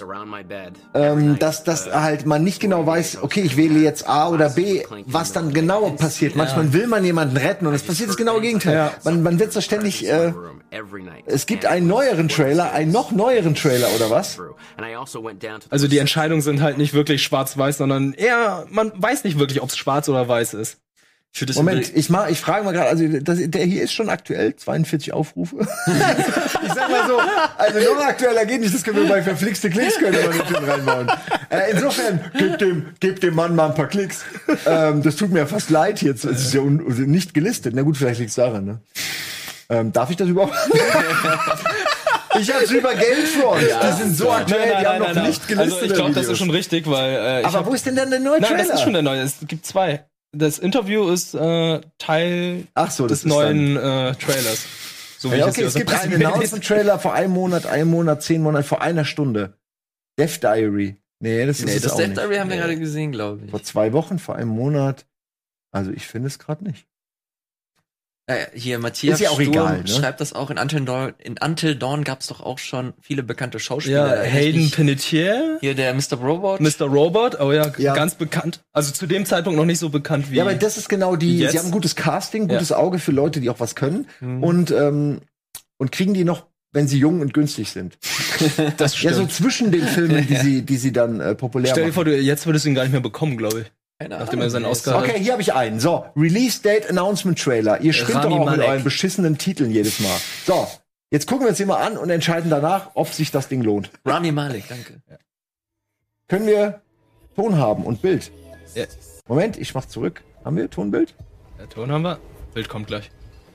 dass halt man nicht genau weiß, okay, ich wähle jetzt A oder B, was dann genau passiert. Manchmal will man jemanden retten und es passiert das genaue Gegenteil. Ja. Man wird so ständig, es gibt einen neueren Trailer, einen noch neueren Trailer oder was? Also die Entscheidungen sind halt nicht wirklich schwarz-weiß, sondern eher, man weiß nicht wirklich, ob es schwarz oder weiß ist. Moment, ich frage mal gerade, also der hier ist schon aktuell, 42 Aufrufe. Ich sag mal so, also noch aktueller geht nicht, das können wir bei verflixte Klicks können wir nicht reinbauen. Insofern, gebt dem Mann mal ein paar Klicks. Das tut mir ja fast leid jetzt, es ist ja nicht gelistet. Na gut, vielleicht liegt's daran, ne? Darf ich das überhaupt? Ich hab's über Gamefront. Die sind so aktuell, die haben noch nicht gelistet. Also ich glaube, das ist schon richtig, weil aber wo ist denn dann der neue Trailer? Nein, das ist schon der neue. Es gibt zwei. Das Interview ist Teil des neuen Trailers. So wie okay, es gibt einen Announcement-Trailer vor einem Monat, 10 Monaten, vor einer Stunde. Death Diary. Nee, das ist das auch Death nicht. Diary haben wir gerade gesehen, glaube ich. Vor 2 Wochen, vor einem Monat. Also ich finde es gerade nicht. Hier, Matthias ist ja auch Sturm egal, ne? schreibt das auch. In Until Dawn gab es doch auch schon viele bekannte Schauspieler. Ja, Hayden Panettiere. Hier der Mr. Robot. Mr. Robot, oh ja, ganz bekannt. Also zu dem Zeitpunkt noch nicht so bekannt wie. Ja, aber das ist genau sie haben gutes Casting, gutes Auge für Leute, die auch was können. Und kriegen die noch, wenn sie jung und günstig sind. Das stimmt. Ja, so zwischen den Filmen, die sie dann populär machen. Stell dir vor, jetzt würdest du ihn gar nicht mehr bekommen, glaube ich. Nachdem er seinen Oscar hat. Okay, hier habe ich einen. So, Release Date Announcement Trailer. Ihr springt doch auch mit euren beschissenen Titeln jedes Mal. So, jetzt gucken wir uns den mal an und entscheiden danach, ob sich das Ding lohnt. Rami Malek, danke. Ja. Können wir Ton haben und Bild? Ja. Moment, ich mach zurück. Haben wir Tonbild? Ja, Ton haben wir. Bild kommt gleich.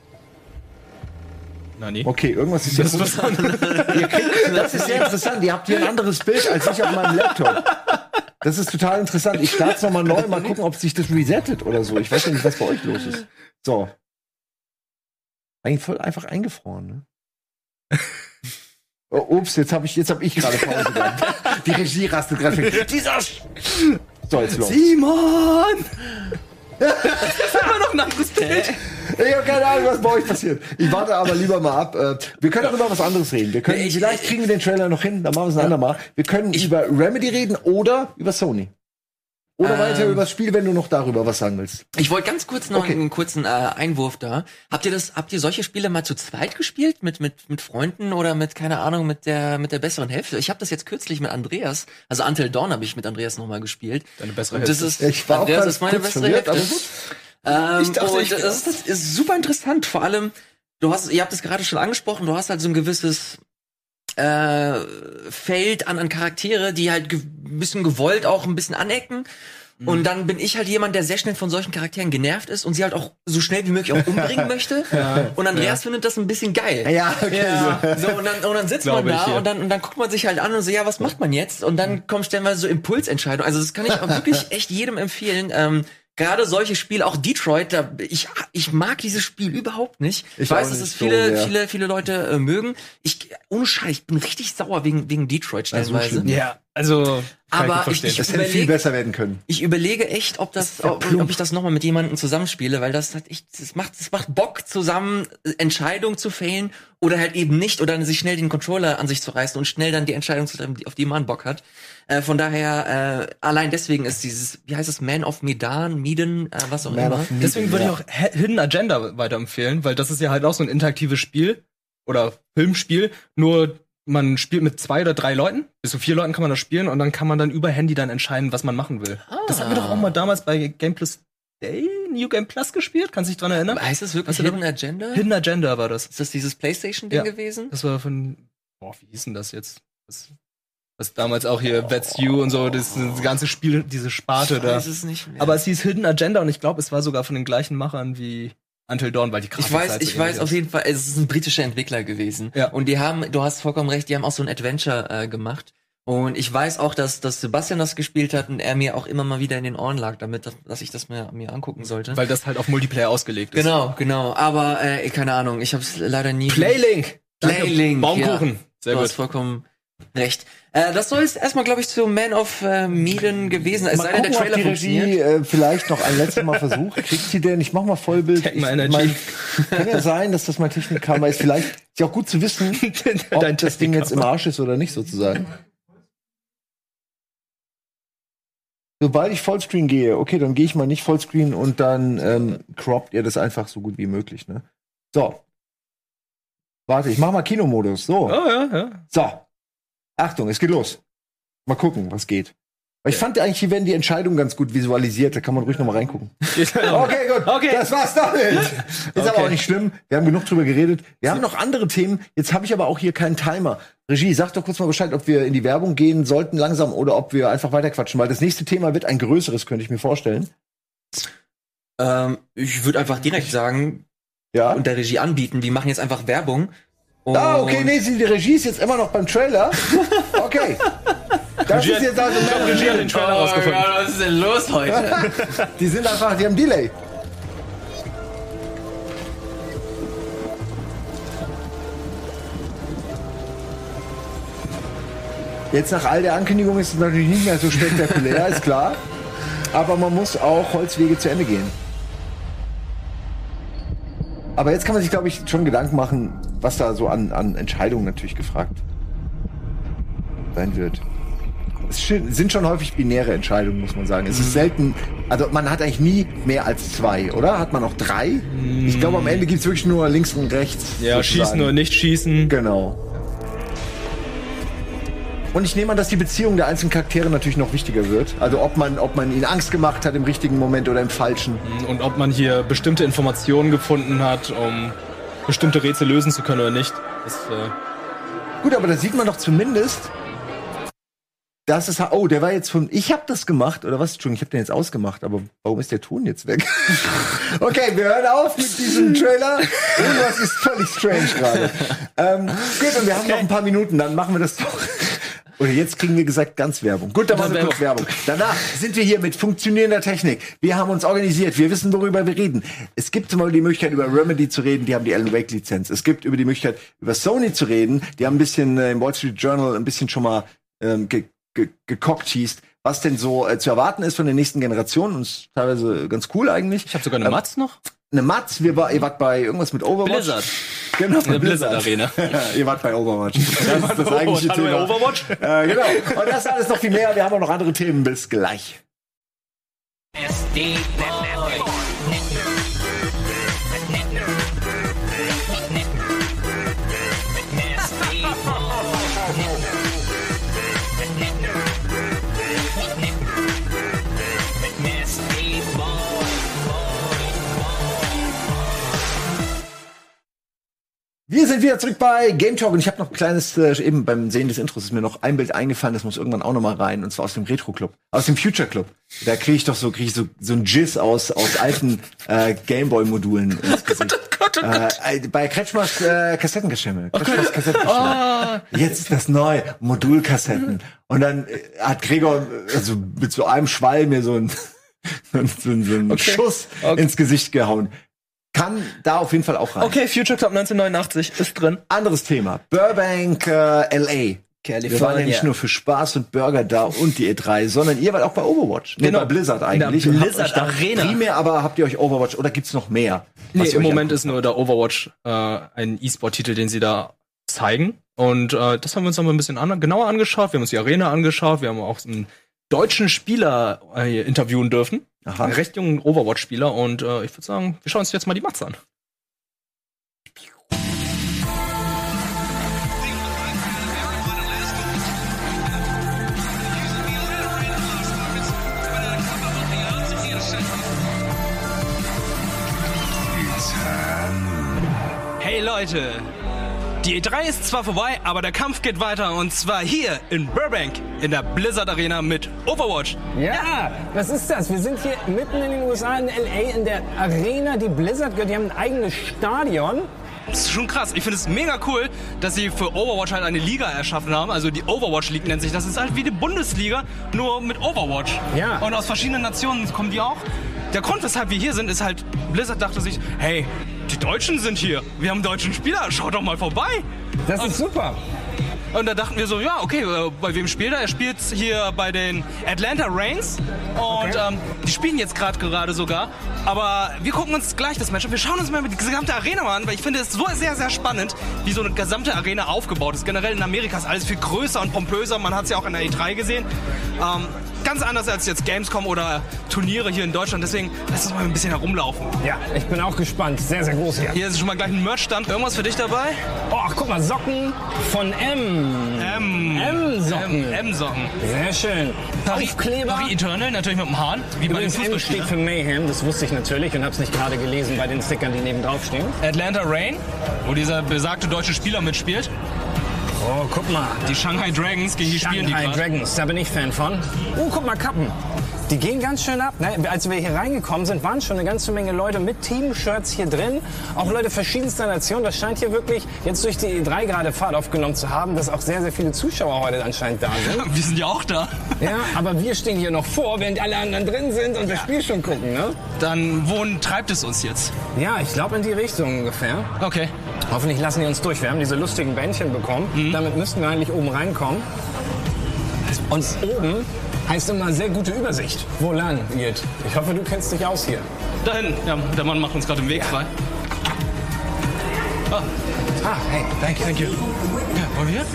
Na, nie. Okay, irgendwas ist jetzt was anderes. Das ist sehr interessant. Ihr habt hier ein anderes Bild als ich auf meinem Laptop. Das ist total interessant. Ich starte es nochmal neu, mal gucken, ob sich das resettet oder so. Ich weiß ja nicht, was bei euch los ist. So. Eigentlich voll einfach eingefroren, ne? Oh, ups, jetzt hab ich gerade Pause gehabt. Die Regie rastet gerade weg. So, jetzt los. Simon! Das ist immer noch ein anderes Bild. Ich habe keine Ahnung, was bei euch passiert. Ich warte aber lieber mal ab. Wir können auch über was anderes reden. Wir können, vielleicht kriegen wir den Trailer noch hin, dann machen wir es ein andermal. Wir können über Remedy reden oder über Sony. Oder weiter über das Spiel, wenn du noch darüber was sagen willst. Ich wollte ganz kurz noch einen kurzen Einwurf da. Habt ihr solche Spiele mal zu zweit gespielt? Mit Freunden oder mit, keine Ahnung, mit der besseren Hälfte? Ich habe das jetzt kürzlich mit Andreas, also Until Dawn habe ich mit Andreas nochmal gespielt. Deine bessere Hälfte. Das ist, ich war Andreas auch ist meine bessere Hälfte. Das ist super interessant. Vor allem, ihr habt es gerade schon angesprochen, du hast halt so ein gewisses Feld an Charaktere, die halt ein bisschen gewollt auch ein bisschen anecken. Und dann bin ich halt jemand, der sehr schnell von solchen Charakteren genervt ist und sie halt auch so schnell wie möglich auch umbringen möchte. Und Andreas findet das ein bisschen geil. Ja, okay. Ja. So, und dann sitzt man da und dann guckt man sich halt an und so, ja, was macht man jetzt? Und dann kommen stellenweise so Impulsentscheidungen. Also das kann ich auch wirklich echt jedem empfehlen. Gerade solche Spiele, auch Detroit, ich mag dieses Spiel überhaupt nicht. Ich weiß, dass es viele Leute mögen. Ohne Scheiß, ich bin richtig sauer wegen Detroit stellenweise. Ja, Also, kann Aber ich verstehen. Das hätte viel besser werden können. Ich überlege echt, ob ich das nochmal mit jemandem zusammenspiele, weil das hat echt, das macht Bock, zusammen Entscheidungen zu fällen oder halt eben nicht oder sich schnell den Controller an sich zu reißen und schnell dann die Entscheidung zu treffen, auf die man Bock hat. Von daher, allein deswegen ist dieses, wie heißt es, Man of Medan, was auch immer. Deswegen würde ich auch Hidden Agenda weiterempfehlen, weil das ist ja halt auch so ein interaktives Spiel oder Filmspiel, nur man spielt mit 2 oder 3 Leuten, bis zu 4 Leuten kann man das spielen und dann kann man dann über Handy dann entscheiden, was man machen will. Das haben wir doch auch mal damals bei Game Plus Day, New Game Plus gespielt, kannst du dich dran erinnern? Heißt das wirklich Hidden Agenda? Hidden Agenda war das. Ist das dieses PlayStation-Ding gewesen? Das war von, wie hieß denn das jetzt? Das damals auch hier That's You und so, das ganze Spiel, diese Sparte da. Ich weiß es nicht mehr. Aber es hieß Hidden Agenda und ich glaube, es war sogar von den gleichen Machern wie Until Dawn, weil die Ich weiß auf jeden Fall, es ist ein britischer Entwickler gewesen. Ja. Und du hast vollkommen recht, die haben auch so ein Adventure gemacht. Und ich weiß auch, dass Sebastian das gespielt hat und er mir auch immer mal wieder in den Ohren lag, dass ich das mir angucken sollte. Weil das halt auf Multiplayer ausgelegt ist. Genau. Aber keine Ahnung, ich habe es leider nie. Playlink! Baumkuchen! Ja. Sehr du gut. hast vollkommen recht. Das soll es erstmal, glaube ich, zu Man of Medan gewesen sein. Es sei denn, der Trailer ob die Regie vielleicht noch ein letztes Mal versucht. Kriegt sie denn? Ich mach mal Vollbild. Kann ja sein, dass das mein Technikkammer ist. Vielleicht ist ja auch gut zu wissen, ob das Ding jetzt im Arsch ist oder nicht, sozusagen. Sobald ich Vollscreen gehe, okay, dann gehe ich mal nicht Vollscreen und dann croppt ihr das einfach so gut wie möglich, ne? So. Warte, ich mach mal Kinomodus. So. Ja. So. Achtung, es geht los. Mal gucken, was geht. Aber ich fand eigentlich, hier werden die Entscheidungen ganz gut visualisiert. Da kann man ruhig noch mal reingucken. Okay, gut. Okay. Das war's damit. Ist aber auch nicht schlimm. Wir haben genug drüber geredet. Wir haben noch andere Themen. Jetzt habe ich aber auch hier keinen Timer. Regie, sag doch kurz mal Bescheid, ob wir in die Werbung gehen sollten langsam oder ob wir einfach weiterquatschen. Weil das nächste Thema wird ein größeres, könnte ich mir vorstellen. Ich würde einfach direkt sagen, Ja. und der Regie anbieten, die machen jetzt einfach Werbung. Okay, nee, die Regie ist jetzt immer noch beim Trailer. Okay. Das ist jetzt also Regie hat den Trailer rausgefunden. Was ist denn los heute? Die haben Delay. Jetzt nach all der Ankündigung ist es natürlich nicht mehr so spektakulär, ist klar. Aber man muss auch Holzwege zu Ende gehen. Aber jetzt kann man sich, glaube ich, schon Gedanken machen, was da so an Entscheidungen natürlich gefragt sein wird. Es sind schon häufig binäre Entscheidungen, muss man sagen. Es ist selten, also man hat eigentlich nie mehr als 2, oder? Hat man auch 3? Ich glaube, am Ende gibt's wirklich nur links und rechts. Ja, sozusagen. schießen oder nicht schießen. Genau. Und ich nehme an, dass die Beziehung der einzelnen Charaktere natürlich noch wichtiger wird. Also ob man ihnen Angst gemacht hat im richtigen Moment oder im falschen. Und ob man hier bestimmte Informationen gefunden hat, um bestimmte Rätsel lösen zu können oder nicht. Gut, aber da sieht man doch zumindest, dass es... der war jetzt von... Ich habe das gemacht, oder was? Entschuldigung, ich habe den jetzt ausgemacht, aber warum ist der Ton jetzt weg? Okay, wir hören auf mit diesem Trailer. Irgendwas ist völlig strange gerade. Gut, und wir haben noch ein paar Minuten, dann machen wir das doch... Oder jetzt kriegen wir gesagt ganz Werbung. Gut, dann machen wir kurz Werbung. Danach sind wir hier mit funktionierender Technik. Wir haben uns organisiert. Wir wissen, worüber wir reden. Es gibt zum Beispiel die Möglichkeit, über Remedy zu reden. Die haben die Alan Wake Lizenz. Es gibt über die Möglichkeit, über Sony zu reden. Die haben ein bisschen im Wall Street Journal ein bisschen schon mal gecockteased, was denn so zu erwarten ist von der nächsten Generation. Und ist teilweise ganz cool eigentlich. Ich habe sogar eine Matz noch. Eine Matz. Ihr wart bei irgendwas mit Overwatch. Blizzard. Genau, eine Blizzard Arena. Ihr wart bei Overwatch. Das ist das eigentliche Thema. Bei Overwatch? Genau. Und das alles noch viel mehr. Wir haben auch noch andere Themen. Bis gleich. Wir sind wieder zurück bei Game Talk und ich habe noch ein kleines, eben beim Sehen des Intros ist mir noch ein Bild eingefallen, das muss irgendwann auch noch mal rein, und zwar aus dem Retro Club, aus dem Future Club. Da kriege ich so ein Jizz aus alten Gameboy-Modulen ins Gesicht. Bei Kretschmers Kassettengeschirr. Jetzt ist das neu, Modulkassetten. Und dann hat Gregor also mit so einem Schwall mir so ein Schuss ins Gesicht gehauen. Kann da auf jeden Fall auch rein. Okay, Future Club 1989 ist drin. Anderes Thema. Burbank, LA. Wir waren ja nicht nur für Spaß und Burger da und die E3, sondern ihr wart auch bei Overwatch. Genau. Bei Blizzard eigentlich. In der Und habt Blizzard euch da Arena. Primär, aber habt ihr euch Overwatch oder gibt's noch mehr? Nee, im Moment ist nur der Overwatch ein E-Sport-Titel, den sie da zeigen. Und das haben wir uns noch mal ein bisschen genauer angeschaut. Wir haben uns die Arena angeschaut. Wir haben auch einen deutschen Spieler interviewen dürfen. Aha. Einen recht jungen Overwatch-Spieler. Und ich würde sagen, wir schauen uns jetzt mal die Mats an. Hey Leute, die E3 ist zwar vorbei, aber der Kampf geht weiter und zwar hier in Burbank in der Blizzard Arena mit Overwatch. Ja, was ist das? Wir sind hier mitten in den USA, in LA, in der Arena, die Blizzard gehört. Die haben ein eigenes Stadion. Das ist schon krass. Ich finde es mega cool, dass sie für Overwatch halt eine Liga erschaffen haben. Also die Overwatch League nennt sich. Das ist halt wie die Bundesliga, nur mit Overwatch. Ja. Und aus verschiedenen Nationen kommen die auch. Der Grund, weshalb wir hier sind, ist halt, Blizzard dachte sich, hey, die Deutschen sind hier. Wir haben einen deutschen Spieler, schaut doch mal vorbei. Das ist super. Und da dachten wir so, ja, okay, bei wem spielt er? Er spielt hier bei den Atlanta Reigns. Und die spielen jetzt gerade sogar. Aber wir gucken uns gleich das Match an. Wir schauen uns mal die gesamte Arena mal an, weil ich finde es so sehr, sehr spannend, wie so eine gesamte Arena aufgebaut ist. Generell in Amerika ist alles viel größer und pompöser. Man hat es ja auch in der E3 gesehen. Ganz anders als jetzt Gamescom oder Turniere hier in Deutschland. Deswegen lass uns mal ein bisschen herumlaufen. Ja, ich bin auch gespannt. Sehr, sehr groß hier. Hier ist schon mal gleich ein Merchstand. Irgendwas für dich dabei? Oh, guck mal, Socken von M-Socken. M-Socken. Sehr schön. Aufkleber. Paris Eternal, natürlich mit dem Hahn. Wie bei den Übrigens, M steht Fußballspielern. für Mayhem, das wusste ich natürlich und hab's nicht gerade gelesen bei den Stickern, die neben drauf stehen. Atlanta Reign, wo dieser besagte deutsche Spieler mitspielt. Oh, guck mal. Die Shanghai Dragons, gegen die spielen die Shanghai gerade. Dragons, da bin ich Fan von. Oh, guck mal, Kappen. Die gehen ganz schön ab. Ne? Als wir hier reingekommen sind, waren schon eine ganze Menge Leute mit Team-Shirts hier drin. Auch Leute verschiedenster Nationen. Das scheint hier wirklich jetzt durch die E3 gerade Fahrt aufgenommen zu haben, dass auch sehr, sehr viele Zuschauer heute anscheinend da sind. Wir sind ja auch da. Ja, aber wir stehen hier noch vor, während alle anderen drin sind und das Spiel schon gucken, ne? Dann, wohin treibt es uns jetzt? Ja, ich glaube in die Richtung ungefähr. Okay. Hoffentlich lassen die uns durch. Wir haben diese lustigen Bändchen bekommen. Damit müssten wir eigentlich oben reinkommen. Und oben heißt immer sehr gute Übersicht, wo lang geht. Ich hoffe, du kennst dich aus hier. Dahin. Ja, der Mann macht uns gerade den Weg frei. Ah, hey, danke. Thank you. Ja, wollen wir?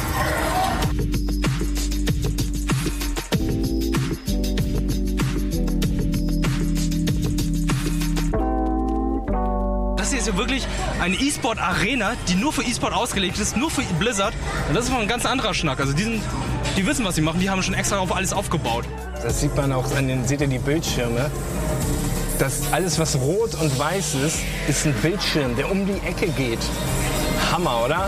Das hier ist ja wirklich eine E-Sport-Arena, die nur für E-Sport ausgelegt ist, nur für Blizzard. Und das ist mal ein ganz anderer Schnack. Also die wissen, was sie machen. Die haben schon extra auf alles aufgebaut. Das sieht man auch seht ihr die Bildschirme? Das alles, was rot und weiß ist ein Bildschirm, der um die Ecke geht. Hammer, oder?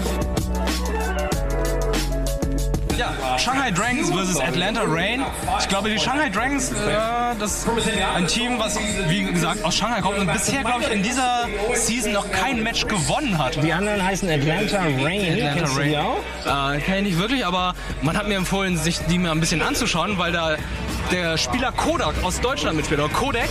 Ja, Shanghai Dragons versus Atlanta Reign. Ich glaube, die Shanghai Dragons, das ist ein Team, was, wie gesagt, aus Shanghai kommt und bisher, glaube ich, in dieser Season noch kein Match gewonnen hat. Die anderen heißen Atlanta Reign. Atlanta Kennst du die Reign. auch? Kenne ich nicht wirklich, aber man hat mir empfohlen, sich die mal ein bisschen anzuschauen, weil da der Spieler Kodak aus Deutschland mitspielt, oder Kodak.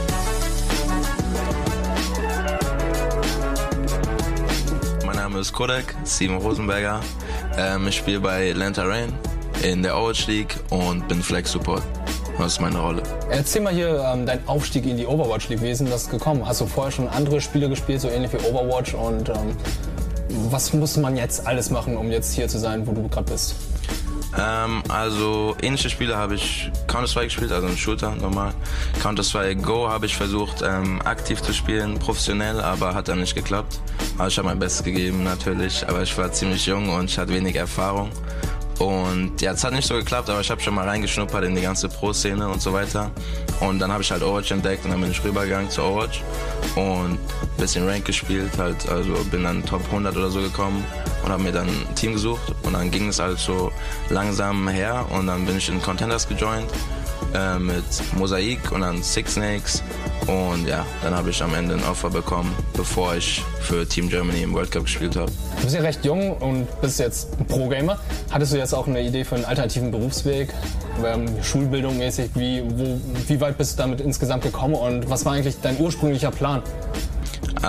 Mein Name ist Kodak, Steven Rosenberger. Ich spiele bei Atlanta Reign in der Overwatch League und bin Flex Support. Das ist meine Rolle. Erzähl mal hier dein Aufstieg in die Overwatch League. Wie ist denn das gekommen? Hast du vorher schon andere Spiele gespielt, so ähnlich wie Overwatch? Und was muss man jetzt alles machen, um jetzt hier zu sein, wo du gerade bist? Also ähnliche Spiele habe ich Counter-Strike gespielt, also ein Shooter normal. Counter-Strike Go habe ich versucht aktiv zu spielen, professionell, aber hat dann nicht geklappt. Aber ich habe mein Bestes gegeben natürlich, aber ich war ziemlich jung und ich hatte wenig Erfahrung. Und ja, es hat nicht so geklappt, aber ich habe schon mal reingeschnuppert in die ganze Pro-Szene und so weiter. Und dann habe ich halt Overwatch entdeckt und dann bin ich rübergegangen zu Overwatch und ein bisschen Rank gespielt, halt, also bin dann Top 100 oder so gekommen und habe mir dann ein Team gesucht und dann ging es halt so langsam her und dann bin ich in Contenders gejoint mit Mosaik und dann Six Snakes und ja, dann habe ich am Ende ein Offer bekommen, bevor ich für Team Germany im World Cup gespielt habe. Du bist ja recht jung und bist jetzt Pro-Gamer. Hattest du jetzt auch eine Idee für einen alternativen Berufsweg? Schulbildung mäßig, wie weit bist du damit insgesamt gekommen und was war eigentlich dein ursprünglicher Plan?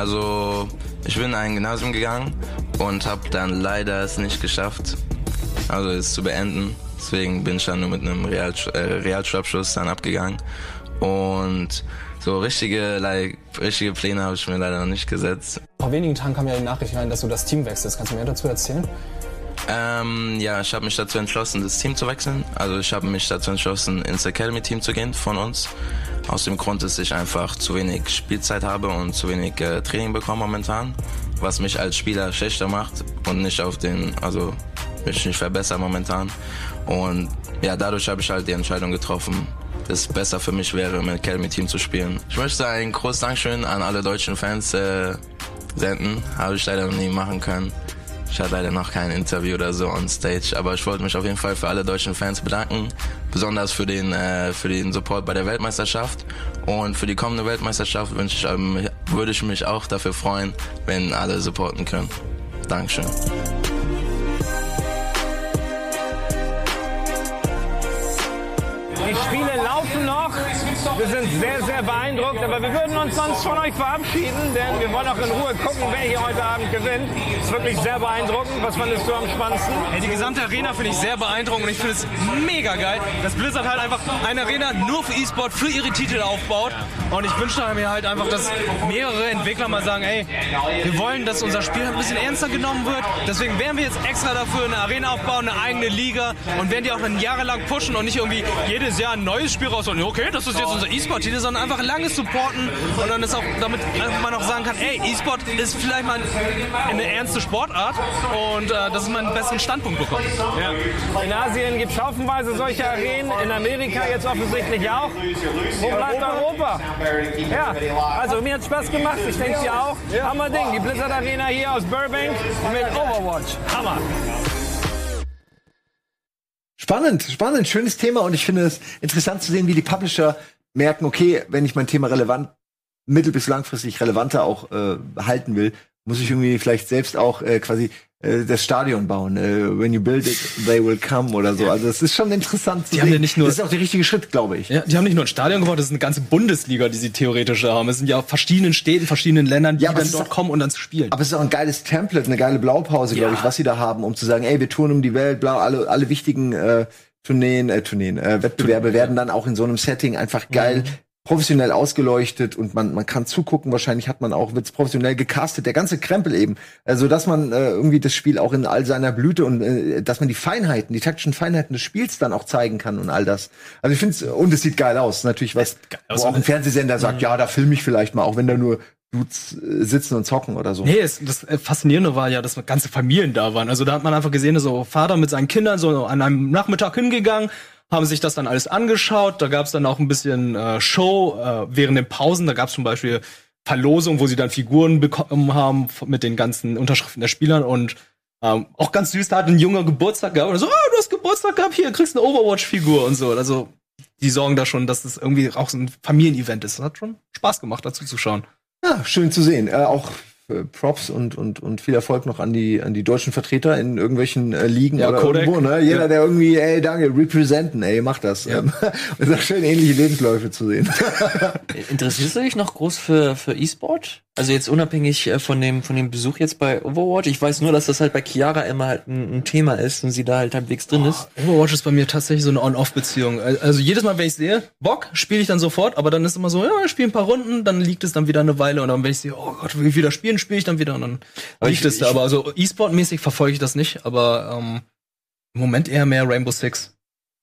Also ich bin in ein Gymnasium gegangen und habe dann leider es nicht geschafft, also es zu beenden. Deswegen bin ich dann nur mit einem Realschulabschluss dann abgegangen. Und so richtige Pläne habe ich mir leider noch nicht gesetzt. Vor wenigen Tagen kam ja die Nachricht rein, dass du das Team wechselst. Kannst du mehr dazu erzählen? Ja, ich habe mich dazu entschlossen, das Team zu wechseln. Also ich habe mich dazu entschlossen, ins Academy-Team zu gehen von uns. Aus dem Grund, dass ich einfach zu wenig Spielzeit habe und zu wenig Training bekomme momentan. Was mich als Spieler schlechter macht und nicht mich nicht verbessert momentan. Und ja, dadurch habe ich halt die Entscheidung getroffen, dass es besser für mich wäre, im Academy-Team zu spielen. Ich möchte ein großes Dankeschön an alle deutschen Fans senden. Habe ich leider noch nie machen können. Ich hatte leider noch kein Interview oder so on stage, aber ich wollte mich auf jeden Fall für alle deutschen Fans bedanken, besonders für den Support bei der Weltmeisterschaft, und für die kommende Weltmeisterschaft würde ich mich auch dafür freuen, wenn alle supporten können. Dankeschön. Die Spiele laufen noch. Wir sind sehr, sehr beeindruckt, aber wir würden uns sonst von euch verabschieden, denn wir wollen auch in Ruhe gucken, wer hier heute Abend gewinnt. Das ist wirklich sehr beeindruckend. Was fandest du am spannendsten? Die gesamte Arena finde ich sehr beeindruckend und ich finde es mega geil, dass Blizzard halt einfach eine Arena nur für E-Sport, für ihre Titel aufbaut. Und ich wünsche mir halt einfach, dass mehrere Entwickler mal sagen, ey, wir wollen, dass unser Spiel ein bisschen ernster genommen wird. Deswegen werden wir jetzt extra dafür eine Arena aufbauen, eine eigene Liga, und werden die auch dann jahrelang pushen und nicht irgendwie jedes Jahr ein neues Spiel rausholen. Okay, das ist jetzt unser E-Sport-Titel, sondern einfach lange supporten, und dann ist auch, damit man auch sagen kann, ey, E-Sport ist vielleicht mal eine ernste Sportart, und dass man einen besseren Standpunkt bekommt. Ja. In Asien gibt es haufenweise solche Arenen, in Amerika jetzt offensichtlich auch. Wo bleibt Europa? Ja, also mir hat Spaß gemacht, ich denke dir auch. Hammer Ding, die Blizzard Arena hier aus Burbank mit Overwatch. Hammer. Spannend, schönes Thema, und ich finde es interessant zu sehen, wie die Publisher merken, okay, wenn ich mein Thema mittel- bis langfristig relevanter auch halten will, muss ich irgendwie vielleicht selbst auch quasi das Stadion bauen. When you build it, they will come oder so. Also es ist schon interessant zu sehen. Das ist auch der richtige Schritt, glaube ich. Ja, die haben nicht nur ein Stadion gebaut, das ist eine ganze Bundesliga, die sie theoretisch haben. Es sind ja verschiedenen Städten, verschiedenen Ländern, die dann dort kommen und dann spielen. Aber es ist auch ein geiles Template, eine geile Blaupause, glaube ich, was sie da haben, um zu sagen, ey, wir touren um die Welt, bla, alle wichtigen Wettbewerbe werden dann auch in so einem Setting einfach geil professionell ausgeleuchtet, und man kann zugucken. Wahrscheinlich wird's professionell gecastet, der ganze Krempel eben, also dass man irgendwie das Spiel auch in all seiner Blüte und dass man die taktischen Feinheiten des Spiels dann auch zeigen kann und all das. Also ich finde es, und es sieht geil aus, natürlich was, wo auch ein Fernsehsender sagt, ja, da filme ich vielleicht mal, auch wenn da nur Dudes sitzen und zocken oder so. Nee, das Faszinierende war ja, dass ganze Familien da waren. Also da hat man einfach gesehen, so Vater mit seinen Kindern so an einem Nachmittag hingegangen, haben sich das dann alles angeschaut. Da gab es dann auch ein bisschen Show während den Pausen. Da gab es zum Beispiel Verlosung, wo sie dann Figuren bekommen haben mit den ganzen Unterschriften der Spielern. Und auch ganz süß, da hat ein Junge Geburtstag gehabt. Und so, du hast Geburtstag gehabt, hier, kriegst eine Overwatch-Figur und so. Also die sorgen da schon, dass das irgendwie auch so ein Familienevent ist. Das hat schon Spaß gemacht, dazu zu schauen. Ja, schön zu sehen. Auch Props und viel Erfolg noch an die deutschen Vertreter in irgendwelchen Ligen oder Kodak. Irgendwo, ne? Jeder, der irgendwie, ey, danke, representen, ey, mach das. Ja. Es ist auch schön, ähnliche Lebensläufe zu sehen. Interessierst du dich noch groß für E-Sport? Also jetzt unabhängig von dem Besuch jetzt bei Overwatch. Ich weiß nur, dass das halt bei Chiara immer halt ein Thema ist und sie da halt halbwegs drin ist. Overwatch ist bei mir tatsächlich so eine On-Off-Beziehung. Also jedes Mal, wenn ich sehe, Bock, spiele ich dann sofort, aber dann ist immer so, ja, ich spiele ein paar Runden, dann liegt es dann wieder eine Weile, und dann, wenn ich sehe, oh Gott, will ich wieder spielen, spiele ich dann wieder, und dann liegt es da. Aber also E-Sport-mäßig verfolge ich das nicht, aber im Moment eher mehr Rainbow Six.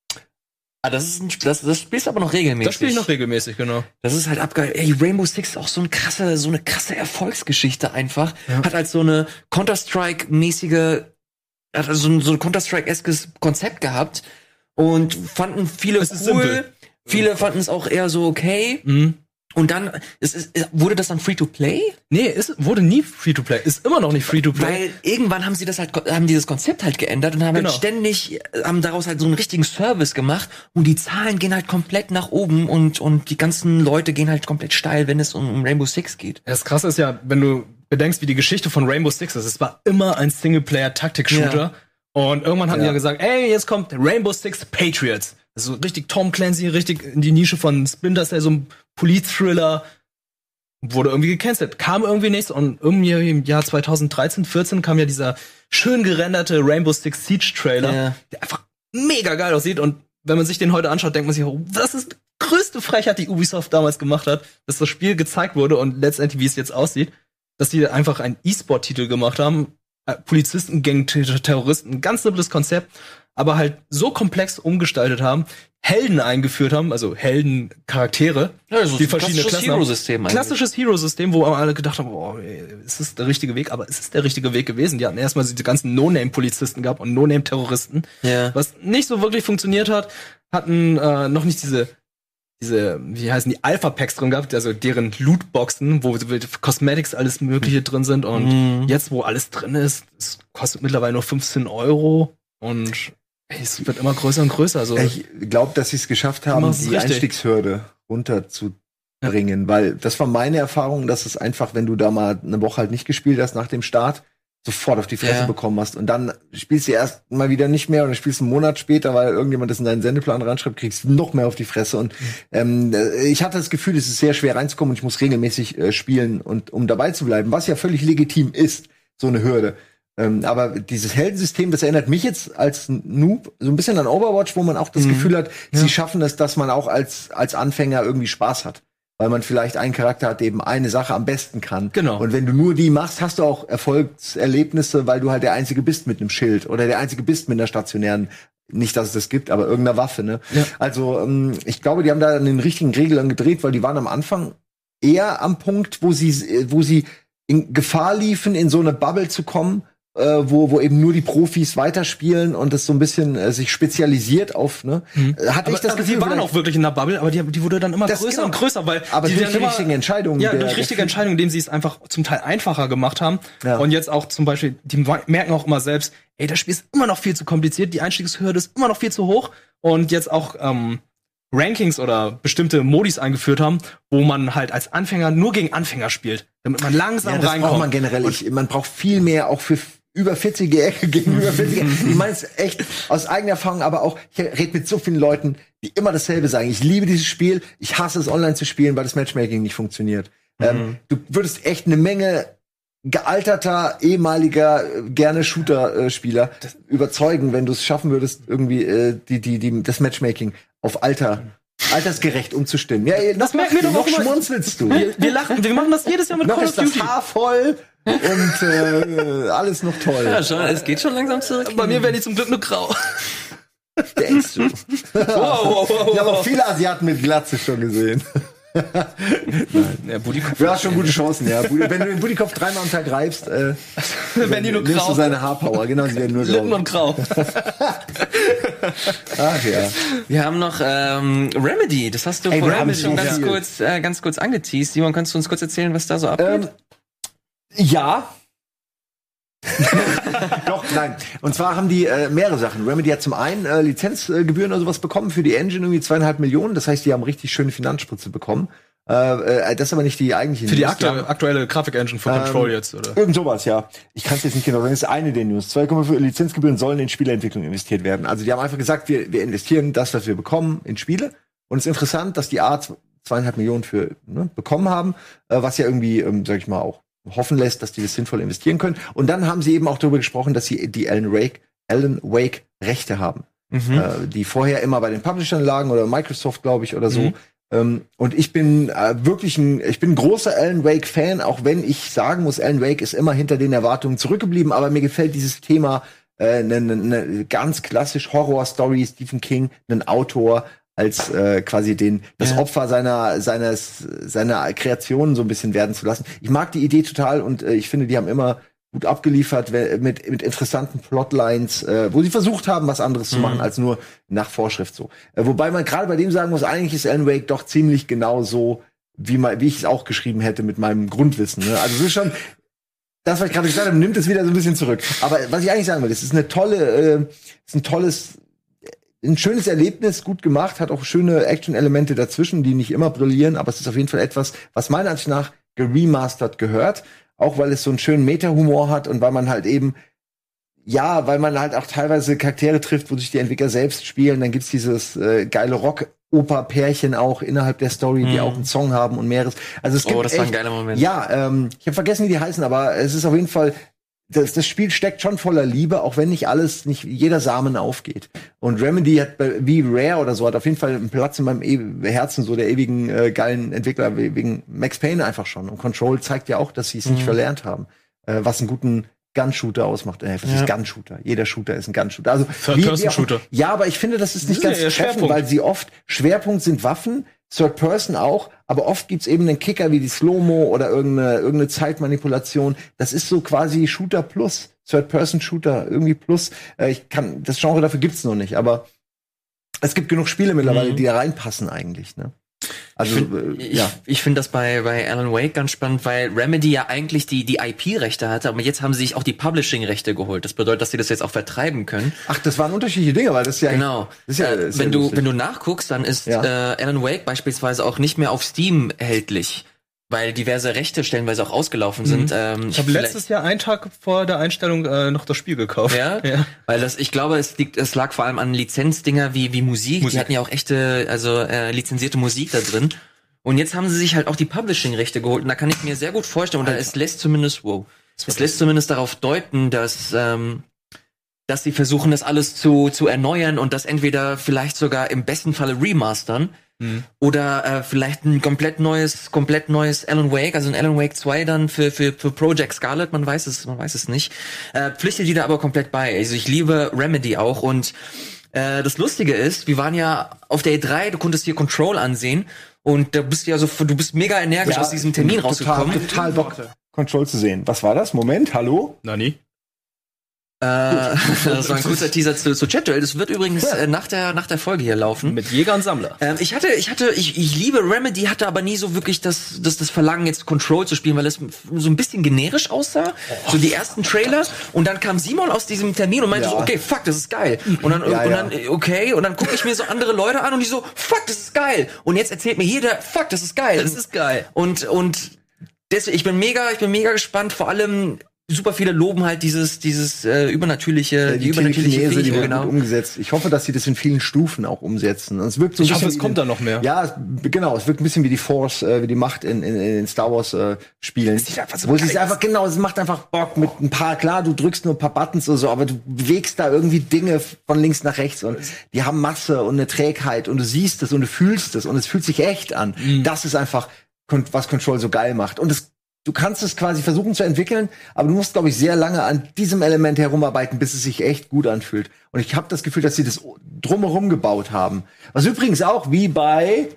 Ah, das spielst du aber noch regelmäßig. Das spiele ich noch regelmäßig, genau. Das ist halt abgeil. Ey, Rainbow Six ist auch so eine krasse Erfolgsgeschichte einfach. Ja. Hat halt so eine Counter-Strike-mäßige, hat also so ein Counter-Strike-eskes Konzept gehabt, und fanden viele cool. Viele fanden es auch eher so okay. Mhm. Und dann, wurde das dann Free-to-Play? Nee, wurde nie Free-to-Play. Ist immer noch nicht Free-to-Play. Weil irgendwann haben sie dieses Konzept halt geändert und haben haben daraus halt so einen richtigen Service gemacht, und die Zahlen gehen halt komplett nach oben, und die ganzen Leute gehen halt komplett steil, wenn es um Rainbow Six geht. Das Krasse ist ja, wenn du bedenkst, wie die Geschichte von Rainbow Six ist. Es war immer ein Singleplayer-Taktik-Shooter. Ja. Und irgendwann hatten die ja gesagt, ey, jetzt kommt Rainbow Six Patriots. Das ist so richtig Tom Clancy, richtig in die Nische von Splinter Cell, so ein Police-Thriller. wurde irgendwie gecancelt. Kam irgendwie nichts und irgendwie im Jahr 2013, 14 kam ja dieser schön gerenderte Rainbow Six Siege Trailer, der einfach mega geil aussieht. Und wenn man sich den heute anschaut, denkt man sich, oh, das ist die größte Frechheit, die Ubisoft damals gemacht hat, dass das Spiel gezeigt wurde und letztendlich, wie es jetzt aussieht, dass die einfach einen E-Sport-Titel gemacht haben. Polizisten gegen Terroristen, ganz simples Konzept, aber halt so komplex umgestaltet haben, Helden eingeführt haben, also Heldencharaktere, die verschiedene Klassen haben. Klassisches Hero-System, wo alle gedacht haben, oh, ist das der richtige Weg? Aber es ist der richtige Weg gewesen. Die hatten erstmal die ganzen No-Name-Polizisten gehabt und No-Name-Terroristen, was nicht so wirklich funktioniert hat, hatten noch nicht diese, wie heißen die, Alpha-Packs drin gehabt, also deren Lootboxen, wo Cosmetics alles Mögliche drin sind und jetzt, wo alles drin ist, es kostet mittlerweile nur 15 € und es wird immer größer und größer. Also ich glaube, dass sie es geschafft haben, die Einstiegshürde runterzubringen, weil das war meine Erfahrung, dass es einfach, wenn du da mal eine Woche halt nicht gespielt hast nach dem Start, sofort auf die Fresse bekommen hast und dann spielst du erst mal wieder nicht mehr und dann spielst du einen Monat später, weil irgendjemand das in deinen Sendeplan reinschreibt, kriegst du noch mehr auf die Fresse und ich hatte das Gefühl, es ist sehr schwer reinzukommen und ich muss regelmäßig spielen und um dabei zu bleiben, was ja völlig legitim ist, so eine Hürde. Aber dieses Heldensystem, das erinnert mich jetzt als Noob so ein bisschen an Overwatch, wo man auch das Gefühl hat, sie schaffen es, dass man auch als Anfänger irgendwie Spaß hat. Weil man vielleicht einen Charakter hat, der eben eine Sache am besten kann. Genau. Und wenn du nur die machst, hast du auch Erfolgserlebnisse, weil du halt der Einzige bist mit einem Schild oder der Einzige bist mit einer stationären, nicht, dass es das gibt, aber irgendeiner Waffe, ne? Ja. Also, ich glaube, die haben da an den richtigen Regeln gedreht, weil die waren am Anfang eher am Punkt, wo sie in Gefahr liefen, in so eine Bubble zu kommen, wo eben nur die Profis weiterspielen und das so ein bisschen sich spezialisiert auf, ne? Hatte ich das Gefühl, die waren auch wirklich in der Bubble, aber die wurde dann immer größer und größer, weil aber die durch die richtigen Entscheidungen. Ja, durch richtige Entscheidungen, indem sie es einfach zum Teil einfacher gemacht haben. Ja. Und jetzt auch zum Beispiel, die merken auch immer selbst, ey, das Spiel ist immer noch viel zu kompliziert, die Einstiegshürde ist immer noch viel zu hoch und jetzt auch Rankings oder bestimmte Modis eingeführt haben, wo man halt als Anfänger nur gegen Anfänger spielt, damit man langsam reinkommt. Das braucht man generell. Man braucht viel mehr auch für über 40-Jährige gegenüber 40-Jährige. Ich meine es echt aus eigener Erfahrung, aber auch, ich rede mit so vielen Leuten, die immer dasselbe sagen. Ich liebe dieses Spiel, ich hasse es online zu spielen, weil das Matchmaking nicht funktioniert. Du würdest echt eine Menge gealterter, ehemaliger, gerne Shooter-Spieler überzeugen, wenn du es schaffen würdest, irgendwie das Matchmaking auf altersgerecht umzustimmen. Ja, das merken wir doch noch schmunzelst du. Wir lachen, wir machen das jedes Jahr mit Call of Duty. Noch ist das Haar voll und alles noch toll. Ja, schon, es geht schon langsam zurück. Bei mir werden die zum Glück nur grau. Denkst du? Wow. Ich habe auch viele Asiaten mit Glatze schon gesehen. Nein. Ja, du hast schon gute Chancen, ja. Wenn du den Budikopf 3-mal am Tag reibst, werden die nur grau. Nimmst du seine Haarpower, genau, sie werden nur grau. Lippen und grau. Ach ja. Wir haben noch Remedy, das hast du vorhin schon ganz kurz angeteased. Simon, kannst du uns kurz erzählen, was da so abgeht? Ja. Doch, nein. Und zwar haben die mehrere Sachen. Remedy hat zum einen Lizenzgebühren oder sowas bekommen für die Engine, irgendwie 2,5 Millionen. Das heißt, die haben richtig schöne Finanzspritze bekommen. Das ist aber nicht die eigentliche News. Für die aktuelle Grafik-Engine für Control jetzt, oder? Irgend sowas, ja. Ich kann es jetzt nicht genau sagen. Das ist eine der News. 2,5 Lizenzgebühren sollen in Spieleentwicklung investiert werden. Also die haben einfach gesagt, wir investieren das, was wir bekommen, in Spiele. Und es ist interessant, dass die A 2,5 Millionen für bekommen haben, was ja irgendwie, sag ich mal, auch hoffen lässt, dass die das sinnvoll investieren können. Und dann haben sie eben auch darüber gesprochen, dass sie die Alan Wake Rechte haben, die vorher immer bei den Publishern lagen oder Microsoft, glaube ich, oder so. Und ich bin wirklich ein großer Alan Wake Fan, auch wenn ich sagen muss, Alan Wake ist immer hinter den Erwartungen zurückgeblieben, aber mir gefällt dieses Thema, ganz klassisch Horror-Story, Stephen King, ein Autor, als quasi das Opfer seiner Kreationen so ein bisschen werden zu lassen. Ich mag die Idee total und ich finde, die haben immer gut abgeliefert mit interessanten Plotlines, wo sie versucht haben, was anderes zu machen als nur nach Vorschrift so. Wobei man gerade bei dem sagen muss, eigentlich ist Alan Wake doch ziemlich genau so, wie ich es auch geschrieben hätte mit meinem Grundwissen. Ne? Also es ist schon das, was ich gerade gesagt habe, nimmt es wieder so ein bisschen zurück. Aber was ich eigentlich sagen will, es ist ein schönes Erlebnis, gut gemacht, hat auch schöne Action-Elemente dazwischen, die nicht immer brillieren, aber es ist auf jeden Fall etwas, was meiner Ansicht nach geremastert gehört, auch weil es so einen schönen Meta-Humor hat und weil man halt eben, weil man halt auch teilweise Charaktere trifft, wo sich die Entwickler selbst spielen, dann gibt's dieses geile Opa-Pärchen auch innerhalb der Story, die auch einen Song haben und mehreres. Also es gibt das war ein geiler Moment. Ja, ich habe vergessen, wie die heißen, aber es ist auf jeden Fall, das Spiel steckt schon voller Liebe, auch wenn nicht jeder Samen aufgeht. Und Remedy hat wie Rare oder so hat auf jeden Fall einen Platz in meinem Herzen, so der ewigen geilen Entwickler, wegen Max Payne einfach schon. Und Control zeigt ja auch, dass sie es nicht verlernt haben, was einen guten Gun-Shooter ausmacht. Was ist Gun-Shooter? Jeder Shooter ist ein Gun-Shooter. Also Third-Person-Shooter. Ja, aber ich finde, das ist nicht ganz treffend, weil sie oft Schwerpunkt sind Waffen, Third-Person auch, aber oft gibt's eben einen Kicker wie die Slow-Mo oder irgendeine Zeitmanipulation. Das ist so quasi Shooter plus, Third-Person-Shooter irgendwie plus. Das Genre dafür gibt's noch nicht, aber es gibt genug Spiele mittlerweile, die da reinpassen eigentlich, ne? Also, ich finde das bei Alan Wake ganz spannend, weil Remedy ja eigentlich die IP-Rechte hatte, aber jetzt haben sie sich auch die Publishing-Rechte geholt. Das bedeutet, dass sie das jetzt auch vertreiben können. Ach, das waren unterschiedliche Dinge, weil das ist ja genau. Wenn du nachguckst, dann ist Alan Wake beispielsweise auch nicht mehr auf Steam erhältlich, weil diverse Rechte stellenweise auch ausgelaufen sind. Ich habe letztes Jahr einen Tag vor der Einstellung noch das Spiel gekauft. Ja? Weil ich glaube, es lag vor allem an Lizenzdinger wie Musik. Die hatten ja auch echte, lizenzierte Musik da drin. Und jetzt haben sie sich halt auch die Publishing-Rechte geholt. Und da kann ich mir sehr gut vorstellen, oder es lässt zumindest darauf deuten, dass sie versuchen, das alles zu erneuern und das entweder vielleicht sogar im besten Falle remastern. Oder vielleicht ein komplett neues Alan Wake, also ein Alan Wake 2 dann für Project Scarlet, man weiß es nicht. Pflichtet die da aber komplett bei. Also ich liebe Remedy auch und das Lustige ist, wir waren ja auf der E3, du konntest hier Control ansehen und du bist mega energisch aus diesem Termin rausgekommen. Total Bock, Control zu sehen. Was war das? Moment, hallo? Nani? Das war ein kurzer Teaser zu Chat-Duell. Das wird übrigens nach der Folge hier laufen. Mit Jäger und Sammler. Ich liebe Remedy, hatte aber nie so wirklich das Verlangen, jetzt Control zu spielen, weil es so ein bisschen generisch aussah. So die ersten Trailer. Und dann kam Simon aus diesem Termin und meinte so, okay, fuck, das ist geil. Und dann gucke ich mir so andere Leute an und die so, fuck, das ist geil. Und jetzt erzählt mir jeder, fuck, das ist geil. Das ist geil. Und deswegen, ich bin mega gespannt, vor allem super viele loben halt dieses übernatürliche, die übernatürliche Fähigkeit, die wird genau gut umgesetzt. Ich hoffe, dass sie das in vielen Stufen auch umsetzen. Und es wirkt so ich hoffe, es kommt da noch mehr. Ja, genau. Es wirkt ein bisschen wie die Force, wie die Macht in Star Wars Spielen. Es macht einfach Bock mit ein paar, klar, du drückst nur ein paar Buttons oder so, aber du bewegst da irgendwie Dinge von links nach rechts und die haben Masse und eine Trägheit und du siehst es und du fühlst es und es fühlt sich echt an. Das ist einfach, was Control so geil macht. Und du kannst es quasi versuchen zu entwickeln, aber du musst, glaube ich, sehr lange an diesem Element herumarbeiten, bis es sich echt gut anfühlt. Und ich habe das Gefühl, dass sie das drumherum gebaut haben. Was übrigens auch wie bei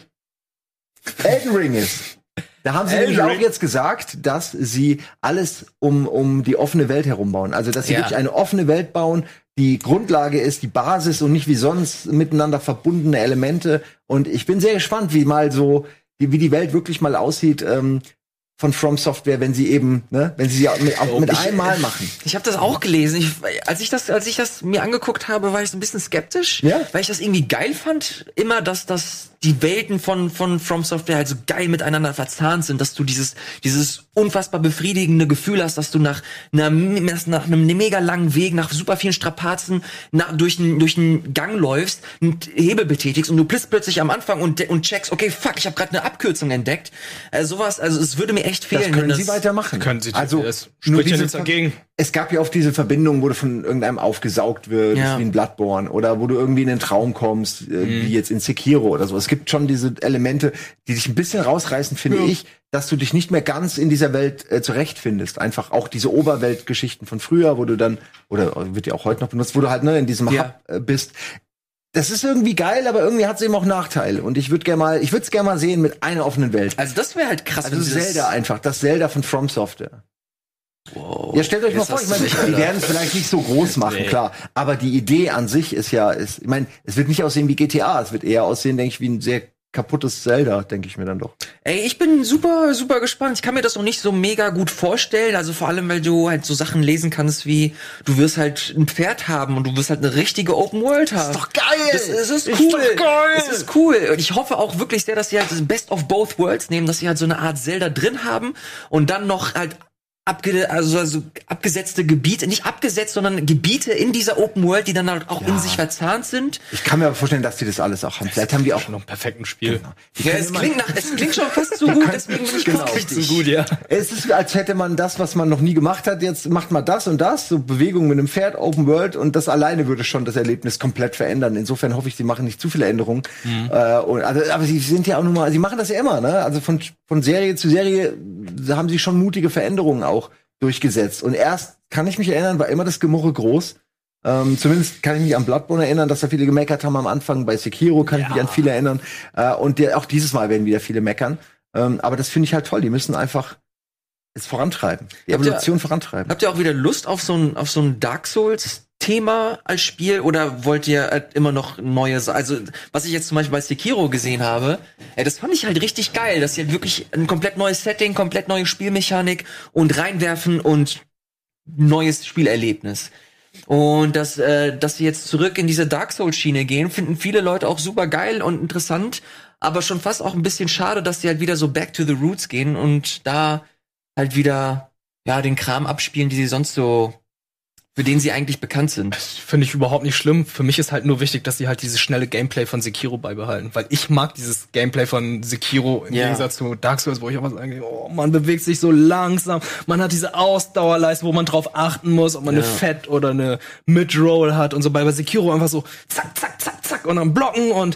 Elden Ring ist. Da haben sie nämlich auch jetzt gesagt, dass sie alles um die offene Welt herum bauen. Also, dass sie wirklich eine offene Welt bauen, die Grundlage ist, die Basis und nicht wie sonst miteinander verbundene Elemente. Und ich bin sehr gespannt, wie die Welt wirklich mal aussieht, von From Software, wenn sie eben, wenn sie mit einmal machen. Ich habe das auch gelesen. Als ich das mir angeguckt habe, war ich so ein bisschen skeptisch, weil ich das irgendwie geil fand, immer, dass die Welten von From Software halt so geil miteinander verzahnt sind, dass du dieses unfassbar befriedigende Gefühl hast, dass du nach einem mega langen Weg, nach super vielen Strapazen durch einen Gang läufst, einen Hebel betätigst und du bist plötzlich am Anfang und checkst, okay, fuck, ich habe gerade eine Abkürzung entdeckt. Sowas, also es würde mir echt fehlen. Das können sie weitermachen. Können sie, also spricht ja nichts dagegen. Es gab ja oft diese Verbindung, wo du von irgendeinem aufgesaugt wirst, wie in Bloodborne, oder wo du irgendwie in einen Traum kommst, wie jetzt in Sekiro oder so. Es gibt schon diese Elemente, die dich ein bisschen rausreißen, finde ich, dass du dich nicht mehr ganz in dieser Welt zurechtfindest. Einfach auch diese Oberweltgeschichten von früher, wo du dann, oder wird ja auch heute noch benutzt, wo du halt in diesem Hub bist. Das ist irgendwie geil, aber irgendwie hat es eben auch Nachteile. Und ich würde es gerne mal sehen mit einer offenen Welt. Also das wäre halt krass. Also Zelda einfach, das Zelda von From Software. Wow. Ja, stellt euch mal vor, ich meine, die werden es vielleicht nicht so groß machen, klar. Aber die Idee an sich ich meine, es wird nicht aussehen wie GTA, es wird eher aussehen, denke ich, wie ein sehr kaputtes Zelda, denke ich mir dann doch. Ey, ich bin super, super gespannt. Ich kann mir das noch nicht so mega gut vorstellen. Also vor allem, weil du halt so Sachen lesen kannst wie, du wirst halt ein Pferd haben und du wirst halt eine richtige Open World haben. Das ist doch geil! Das ist cool! Das ist cool! Und ich hoffe auch wirklich sehr, dass sie halt das Best of Both Worlds nehmen, dass sie halt so eine Art Zelda drin haben und dann noch halt abgesetzte Gebiete, nicht abgesetzt, sondern Gebiete in dieser Open World, die dann halt auch in sich verzahnt sind. Ich kann mir aber vorstellen, dass die das alles auch haben. Vielleicht haben die auch noch einen perfekten Spiel. Genau. Ja, es klingt schon fast so gut, deswegen bin ich vorsichtig. So gut, ja. Es ist, als hätte man das, was man noch nie gemacht hat, jetzt macht man das und das, so Bewegung mit einem Pferd, Open World, und das alleine würde schon das Erlebnis komplett verändern. Insofern hoffe ich, sie machen nicht zu viele Änderungen. Aber sie sind ja auch nun mal, sie machen das ja immer, ne? Also von Serie zu Serie haben sie schon mutige Veränderungen auch durchgesetzt. Und erst, kann ich mich erinnern, war immer das Gemurre groß. Zumindest kann ich mich an Bloodborne erinnern, dass da viele gemeckert haben am Anfang. Bei Sekiro kann ich mich an viele erinnern. Und auch dieses Mal werden wieder viele meckern. Aber das finde ich halt toll. Die müssen einfach es vorantreiben. Die Evolution vorantreiben. Habt ihr auch wieder Lust auf so ein Dark Souls-Thema als Spiel? Oder wollt ihr halt immer noch Neues? Also, was ich jetzt zum Beispiel bei Sekiro gesehen habe, das fand ich halt richtig geil, dass sie halt wirklich ein komplett neues Setting, komplett neue Spielmechanik und reinwerfen und neues Spielerlebnis. Und dass sie jetzt zurück in diese Dark Souls-Schiene gehen, finden viele Leute auch super geil und interessant, aber schon fast auch ein bisschen schade, dass sie halt wieder so back to the roots gehen und da halt wieder den Kram abspielen, die sie sonst so, für den sie eigentlich bekannt sind. Das finde ich überhaupt nicht schlimm. Für mich ist halt nur wichtig, dass sie halt dieses schnelle Gameplay von Sekiro beibehalten. Weil ich mag dieses Gameplay von Sekiro im Gegensatz zu Dark Souls, wo ich auch mal sage, man bewegt sich so langsam. Man hat diese Ausdauerleiste, wo man drauf achten muss, ob man eine Fett- oder eine Mid-Roll hat und so. Bei Sekiro einfach so zack, zack, zack, zack und dann blocken und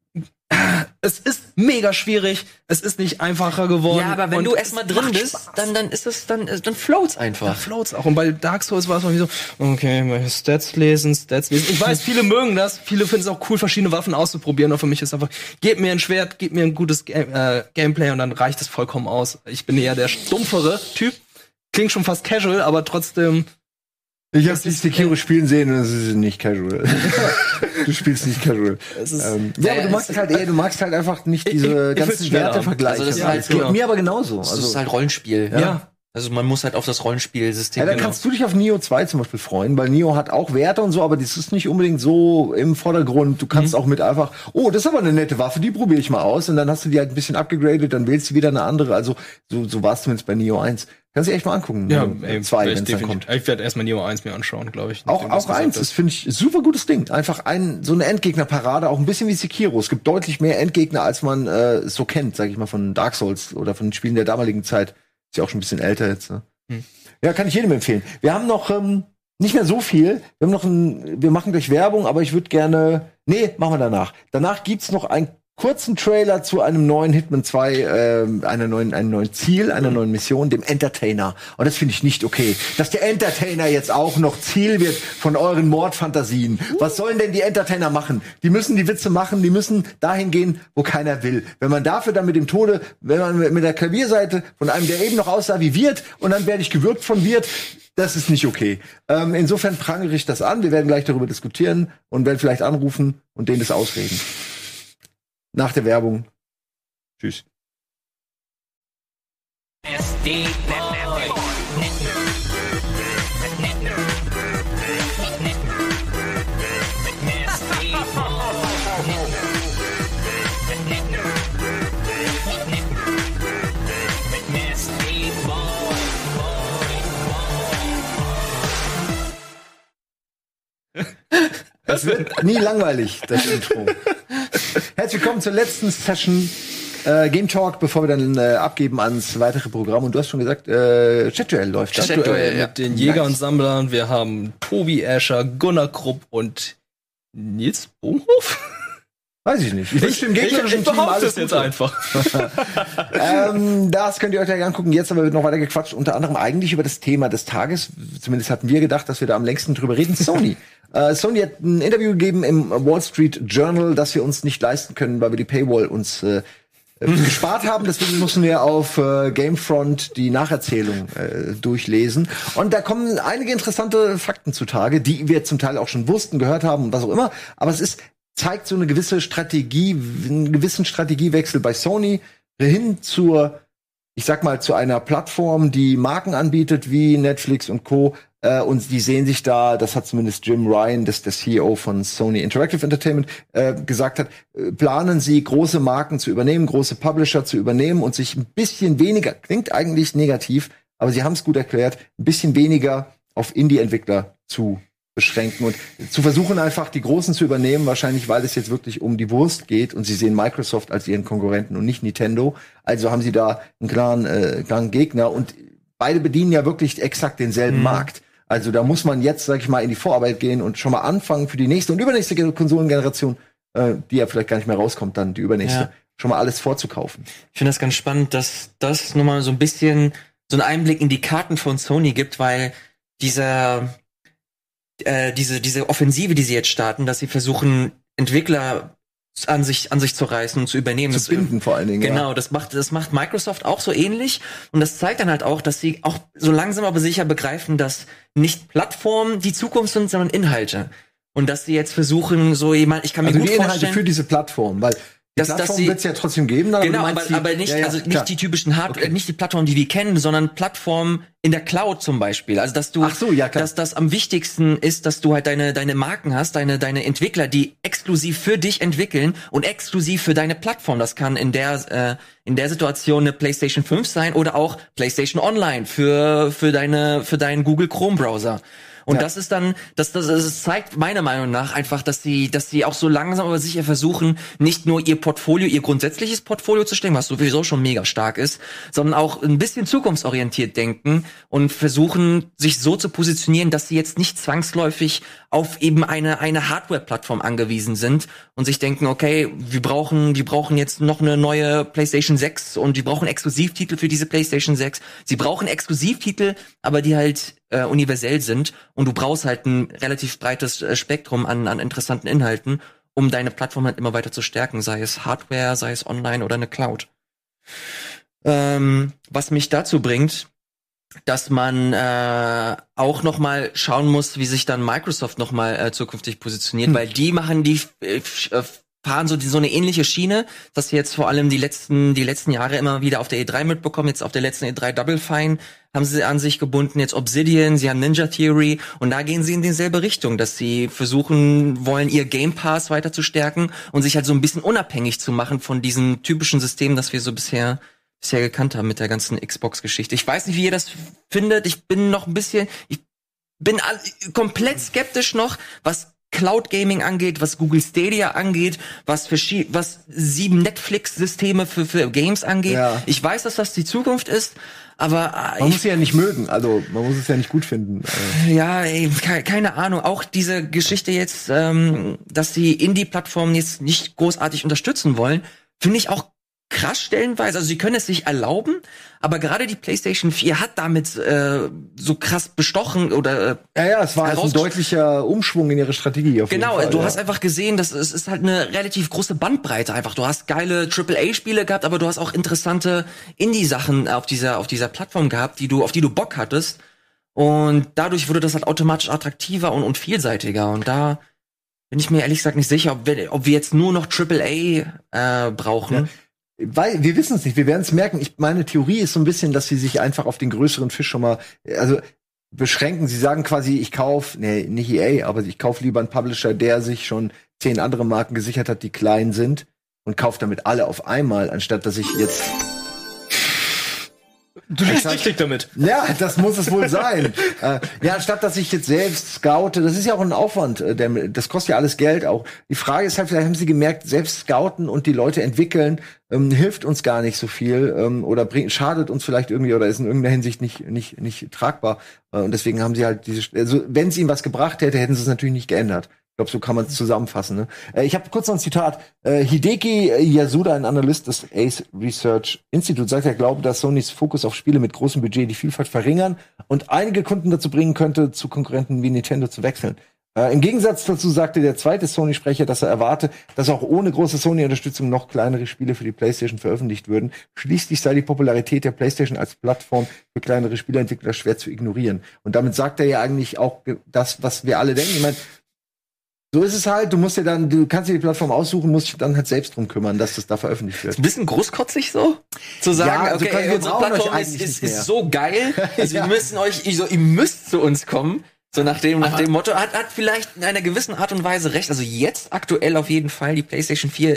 es ist mega schwierig. Es ist nicht einfacher geworden. Ja, aber wenn du erstmal drin bist, dann float's einfach. Dann float's auch. Und bei Dark Souls war es mal wie so, okay, meine Stats lesen. Ich weiß, viele mögen das. Viele finden es auch cool, verschiedene Waffen auszuprobieren. Und für mich ist einfach, gebt mir ein Schwert, gebt mir ein gutes Gameplay und dann reicht es vollkommen aus. Ich bin eher der stumpfere Typ. Klingt schon fast casual, aber trotzdem. Ich habe dich Sekiro spielen sehen und es ist nicht casual. Du spielst nicht casual. Aber du magst halt einfach nicht diese ganzen Wertevergleiche. Also das geht mir aber genauso. Das ist halt Rollenspiel. Ja. Also man muss halt auf das Rollenspielsystem. Ja, da kannst du dich auf Nioh 2 zum Beispiel freuen, weil Nioh hat auch Werte und so, aber das ist nicht unbedingt so im Vordergrund. Du kannst auch mit einfach, das ist aber eine nette Waffe, die probiere ich mal aus, und dann hast du die halt ein bisschen abgegradet, dann wählst du wieder eine andere. Also so war es zumindest bei Nioh 1. Kannst du echt mal angucken. Ja, 2, wenn es dann kommt. Ich werde erstmal Nioh 1 mir anschauen, glaube ich. Auch 1, das finde ich super gutes Ding. Einfach so eine Endgegnerparade, auch ein bisschen wie Sekiro. Es gibt deutlich mehr Endgegner, als man so kennt, sag ich mal, von Dark Souls oder von den Spielen der damaligen Zeit. Ist ja auch schon ein bisschen älter jetzt, ne? Ja, kann ich jedem empfehlen. Wir haben noch nicht mehr so viel. Wir machen gleich Werbung, aber ich würde gerne. Nee, machen wir danach. Danach gibt's noch einen kurzen Trailer zu einem neuen Hitman 2, einem neuen Ziel, einer neuen Mission, dem Entertainer. Und das finde ich nicht okay. Dass der Entertainer jetzt auch noch Ziel wird von euren Mordfantasien. Was sollen denn die Entertainer machen? Die müssen die Witze machen, die müssen dahin gehen, wo keiner will. Wenn man dafür dann wenn man mit der Klavierseite von einem, der eben noch aussah wie Wirt, und dann werde ich gewürgt von Wirt, das ist nicht okay. Insofern prangere ich das an. Wir werden gleich darüber diskutieren und werden vielleicht anrufen und denen das ausreden. Nach der Werbung. Tschüss. Es wird nie langweilig, das Intro. Herzlich willkommen zur letzten Session Game Talk, bevor wir dann abgeben ans weitere Programm. Und du hast schon gesagt, Chat-Duell läuft. Chat-Duell mit den Jäger und Sammlern. Wir haben Tobi Escher, Gunnar Krupp und Nils Bohmhoff. Weiß ich nicht. Ich wünsche dem gegnerischen Team alles jetzt einfach. Das könnt ihr euch gleich angucken. Jetzt aber wird noch weiter gequatscht. Unter anderem eigentlich über das Thema des Tages. Zumindest hatten wir gedacht, dass wir da am längsten drüber reden. Sony. Sony hat ein Interview gegeben im Wall Street Journal, das wir uns nicht leisten können, weil wir die Paywall uns gespart haben. Deswegen mussten wir auf Gamefront die Nacherzählung durchlesen. Und da kommen einige interessante Fakten zutage, die wir zum Teil auch schon wussten, gehört haben und was auch immer. Aber es zeigt so eine gewisse einen gewissen Strategiewechsel bei Sony hin zur, ich sag mal, zu einer Plattform, die Marken anbietet wie Netflix und Co. Und die sehen sich da, das hat zumindest Jim Ryan, der CEO von Sony Interactive Entertainment, gesagt hat, planen sie, große Marken zu übernehmen, große Publisher zu übernehmen und sich ein bisschen weniger, klingt eigentlich negativ, aber sie haben es gut erklärt, ein bisschen weniger auf Indie-Entwickler zu beschränken und zu versuchen, einfach die Großen zu übernehmen, wahrscheinlich, weil es jetzt wirklich um die Wurst geht und sie sehen Microsoft als ihren Konkurrenten und nicht Nintendo. Also haben sie da einen klaren Gegner und beide bedienen ja wirklich exakt denselben Markt. Also da muss man jetzt, sag ich mal, in die Vorarbeit gehen und schon mal anfangen für die nächste und übernächste Konsolengeneration, die ja vielleicht gar nicht mehr rauskommt, dann die übernächste, schon mal alles vorzukaufen. Ich finde das ganz spannend, dass das nochmal so ein bisschen so einen Einblick in die Karten von Sony gibt, weil diese Offensive, die sie jetzt starten, dass sie versuchen, Entwickler an sich zu reißen und zu übernehmen. Zu binden vor allen Dingen. Genau, das macht Microsoft auch so ähnlich. Und das zeigt dann halt auch, dass sie auch so langsam aber sicher begreifen, dass nicht Plattformen die Zukunft sind, sondern Inhalte. Und dass sie jetzt versuchen, so jemand, ich kann mir also gut die Inhalte vorstellen, für diese Plattform, weil die Plattform wird es ja trotzdem geben. Genau, aber nicht, nicht die typischen nicht die Plattformen, die wir kennen, sondern Plattformen in der Cloud zum Beispiel. Also, dass du, dass das am wichtigsten ist, dass du halt deine Marken hast, deine Entwickler, die exklusiv für dich entwickeln und exklusiv für deine Plattform. Das kann in der Situation eine PlayStation 5 sein oder auch PlayStation Online für deinen Google Chrome Browser. Und das ist dann, das zeigt meiner Meinung nach einfach, dass sie auch so langsam aber sicher versuchen, nicht nur ihr grundsätzliches Portfolio zu stellen, was sowieso schon mega stark ist, sondern auch ein bisschen zukunftsorientiert denken und versuchen, sich so zu positionieren, dass sie jetzt nicht zwangsläufig auf eben eine Hardware-Plattform angewiesen sind und sich denken, okay, wir brauchen jetzt noch eine neue PlayStation 6 und die brauchen Exklusivtitel für diese PlayStation 6. Sie brauchen Exklusivtitel, aber die halt universell sind und du brauchst halt ein relativ breites Spektrum an interessanten Inhalten, um deine Plattform halt immer weiter zu stärken, sei es Hardware, sei es Online oder eine Cloud. Was mich dazu bringt, dass man auch noch mal schauen muss, wie sich dann Microsoft noch mal zukünftig positioniert, weil die fahren so eine ähnliche Schiene, dass sie jetzt vor allem die letzten Jahre immer wieder auf der E3 mitbekommen. Jetzt auf der letzten E3 Double Fine haben sie an sich gebunden, jetzt Obsidian, sie haben Ninja Theory und da gehen sie in dieselbe Richtung, dass sie versuchen wollen, ihr Game Pass weiter zu stärken und sich halt so ein bisschen unabhängig zu machen von diesem typischen System, das wir so bisher gekannt haben mit der ganzen Xbox-Geschichte. Ich weiß nicht, wie ihr das findet. Ich bin komplett skeptisch noch, was Cloud Gaming angeht, was Google Stadia angeht, was 7 Netflix-Systeme für Games angeht. Ja. Ich weiß, dass das die Zukunft ist, aber man muss sie ja nicht mögen, also man muss es ja nicht gut finden. Ja, keine Ahnung. Auch diese Geschichte jetzt, dass die Indie-Plattformen jetzt nicht großartig unterstützen wollen, finde ich auch krass stellenweise. Also sie können es sich erlauben, aber gerade die PlayStation 4 hat damit so krass bestochen oder es war ein deutlicher Umschwung in ihre Strategie. Auf jeden Fall, du hast einfach gesehen, dass es ist halt eine relativ große Bandbreite einfach. Du hast geile AAA-Spiele gehabt, aber du hast auch interessante Indie-Sachen auf dieser Plattform gehabt, auf die du Bock hattest. Und dadurch wurde das halt automatisch attraktiver und vielseitiger. Und da bin ich mir ehrlich gesagt nicht sicher, ob wir jetzt nur noch AAA brauchen. Ja. Weil wir wissen es nicht, wir werden es merken. Meine Theorie ist so ein bisschen, dass sie sich einfach auf den größeren Fisch schon mal beschränken. Sie sagen quasi, ich kaufe, nicht EA, aber ich kaufe lieber einen Publisher, der sich schon 10 andere Marken gesichert hat, die klein sind und kaufe damit alle auf einmal, anstatt dass ich jetzt Du liegst richtig damit. Ja, das muss es wohl sein. Anstatt dass ich jetzt selbst scoute, das ist ja auch ein Aufwand, das kostet ja alles Geld auch. Die Frage ist halt, vielleicht haben sie gemerkt, selbst scouten und die Leute entwickeln, hilft uns gar nicht so viel oder schadet uns vielleicht irgendwie oder ist in irgendeiner Hinsicht nicht tragbar. Und deswegen haben sie halt also wenn es ihnen was gebracht hätte, hätten sie es natürlich nicht geändert. Ich glaube, so kann man es zusammenfassen. Ne? Ich habe kurz noch ein Zitat. Hideki Yasuda, ein Analyst des Ace Research Institute, sagt, er glaubt, dass Sonys Fokus auf Spiele mit großem Budget die Vielfalt verringern und einige Kunden dazu bringen könnte, zu Konkurrenten wie Nintendo zu wechseln. Im Gegensatz dazu sagte der zweite Sony-Sprecher, dass er erwarte, dass auch ohne große Sony-Unterstützung noch kleinere Spiele für die PlayStation veröffentlicht würden. Schließlich sei die Popularität der PlayStation als Plattform für kleinere Spieleentwickler schwer zu ignorieren. Und damit sagt er ja eigentlich auch das, was wir alle denken. Ich meine, so ist es halt, du kannst dir die Plattform aussuchen, musst dich dann halt selbst drum kümmern, dass das da veröffentlicht wird. Ist ein bisschen großkotzig so, zu sagen, ja, okay, unsere Plattform ist so geil, also ihr müsst zu uns kommen. So nach dem Motto, hat vielleicht in einer gewissen Art und Weise recht. Also jetzt aktuell auf jeden Fall, die PlayStation 4